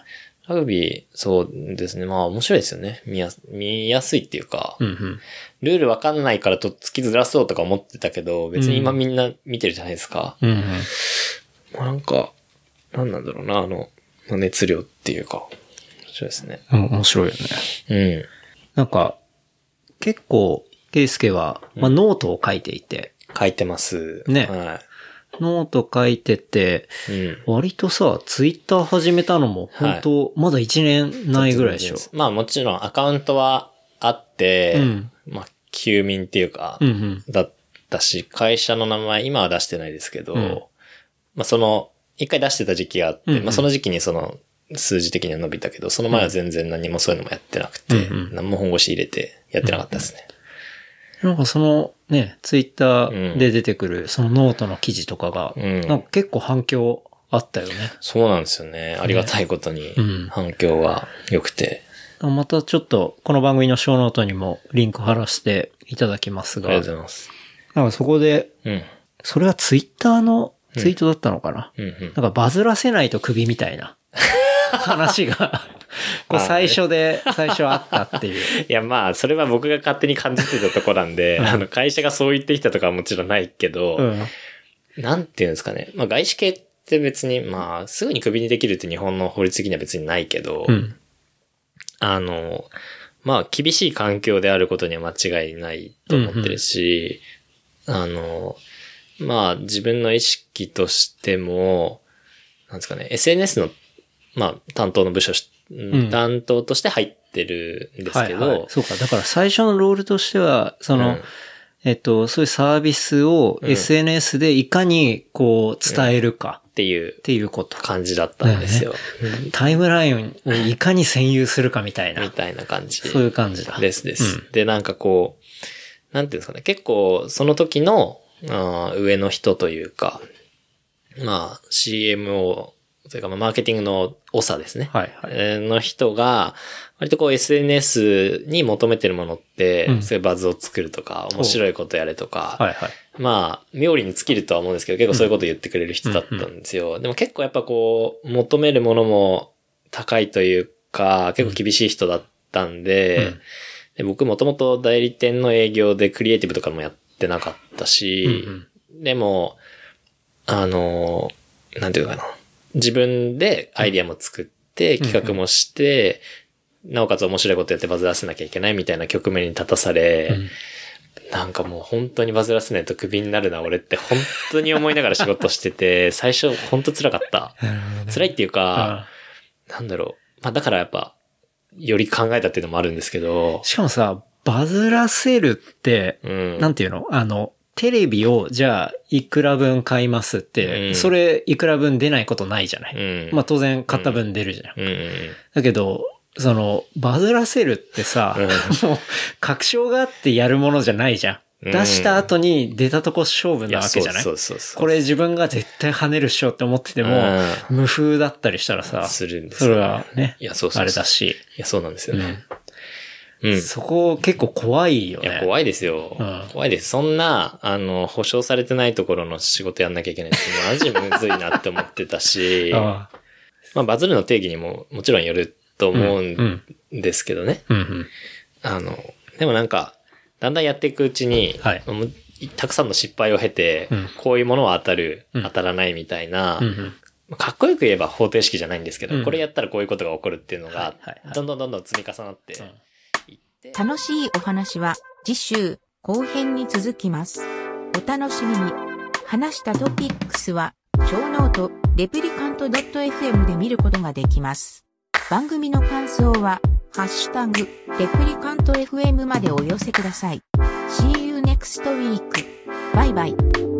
ラグビー、そうですね。まあ面白いですよね。見や、見やすいっていうか、 うんうん、 ルールわかんないからとっつきずらそうとか思ってたけど、別に今みんな見てるじゃないですか。 うんうん、 まあなんか、なんなんだろうな、あの、熱量っていうか、面白いですね。 うん、面白いよね。うん。なんか、結構、ケイスケは、まあ、ノートを書いていて、 うん。書いてます。 ね。 はい。 ノート書いてて、うん、割とさ、ツイッター始めたのも、本当、はい、まだいちねんないぐらいでしょ。 まあもちろんアカウントはあって、うん、まあ、休眠っていうか、うんうん、だったし、会社の名前、今は出してないですけど、うん、まあその、一回出してた時期があって、うんうん、まあその時期にその、数字的には伸びたけど、その前は全然何もそういうのもやってなくて、うんうん、何も本腰入れてやってなかったですね。 うん、なんかそのね、ツイッターで出てくるそのノートの記事とかが、うん、なんか結構反響あったよね。 そうなんですよね。ありがたいことに反響が良くて。 うん、またちょっとこの番組のショーノートにもリンク貼らせていただきますが。 ありがとうございます。 なんかそこで、うん、それはツイッターのツイートだったのかな、うんうんうん、なんかバズらせないとクビみたいな話がこう最初で、最初あったっていう。 いやまあ、それは僕が勝手に感じてたとこなんで、うん、あの会社がそう言ってきたとかはもちろんないけど、うん、なんていうんですかね。まあ外資系って別に、まあすぐにクビにできるって日本の法律的には別にないけど、うん、あの、まあ厳しい環境であることには間違いないと思ってるし、うんうん、あの、まあ自分の意識としても、なんですかね、エスエヌエス の、まあ担当の部署、うん、担当として入ってるんですけど、はいはい、 そうか。だから最初のロールとしては、その、うん、えっと、そういうサービスを エスエヌエス でいかにこう伝えるか、 うん、っていう、 っていうこと。 感じだったんですよ、ね。 タイムラインをいかに占有するかみたいな。 みたいな感じ。 そういう感じだ。 ですです、うん。で、なんかこう、なんていうんですかね、結構その時の、あ上の人というか、まあ シーエムオー、というかマーケティングの長ですね。はいはい。の人が、割とこう エスエヌエス に求めてるものって、うん、そういうバズを作るとか、面白いことやれとか、はいはい。まあ、妙利に尽きるとは思うんですけど、結構そういうことを言ってくれる人だったんですよ。うんうんうん、でも結構やっぱこう、求めるものも高いというか、結構厳しい人だったんで、うん、で僕もともと代理店の営業でクリエイティブとかもやってなかったし、うんうん、でも、あの、なんていうかな。自分でアイディアも作って、企画もして、うんうん、なおかつ面白いことやってバズらせなきゃいけないみたいな局面に立たされ、うん、なんかもう本当にバズらせないとクビになるな俺って本当に思いながら仕事してて、最初本当辛かった。辛いっていうか、なんだろう。まあだからやっぱ、より考えたっていうのもあるんですけど。 しかもさ、バズらせるって、うん、なんていうのあの、テレビをじゃあいくら分買いますって、うん、それいくら分出ないことないじゃない、うん、まあ当然買った分出るじゃん、うんうん、だけどそのバズらせるってさ、うん、もう確証があってやるものじゃないじゃん、うん、出した後に出たとこ勝負なわけじゃない、そうそうそうそう、これ自分が絶対跳ねるっしょって思ってても、うん、無風だったりしたらさ、 するんですよ、 それはね、 いやそうそうそう、 あれだし、 いやそうなんですよね、うんうん、 そこ結構怖いよね。 いや、怖いですよ、うん。怖いです。そんな、あの、保証されてないところの仕事やんなきゃいけないってマジむずいなって思ってたし、ああまあバズるの定義にももちろんよると思うんですけどね。うんうん、あの、でもなんか、だんだんやっていくうちに、はい、たくさんの失敗を経て、うん、こういうものは当たる、うん、当たらないみたいな、うんうんかっこよく言えば方程式じゃないんですけど、うん、これやったらこういうことが起こるっていうのが、はいはいはい、どんどんどんどん積み重なって、うん楽しいお話は次週後編に続きます。お楽しみに。話したトピックスはショーノートレプリカント .fm で見ることができます。番組の感想はハッシュタグレプリカント エフエム までお寄せください。See you next week. バイバイ。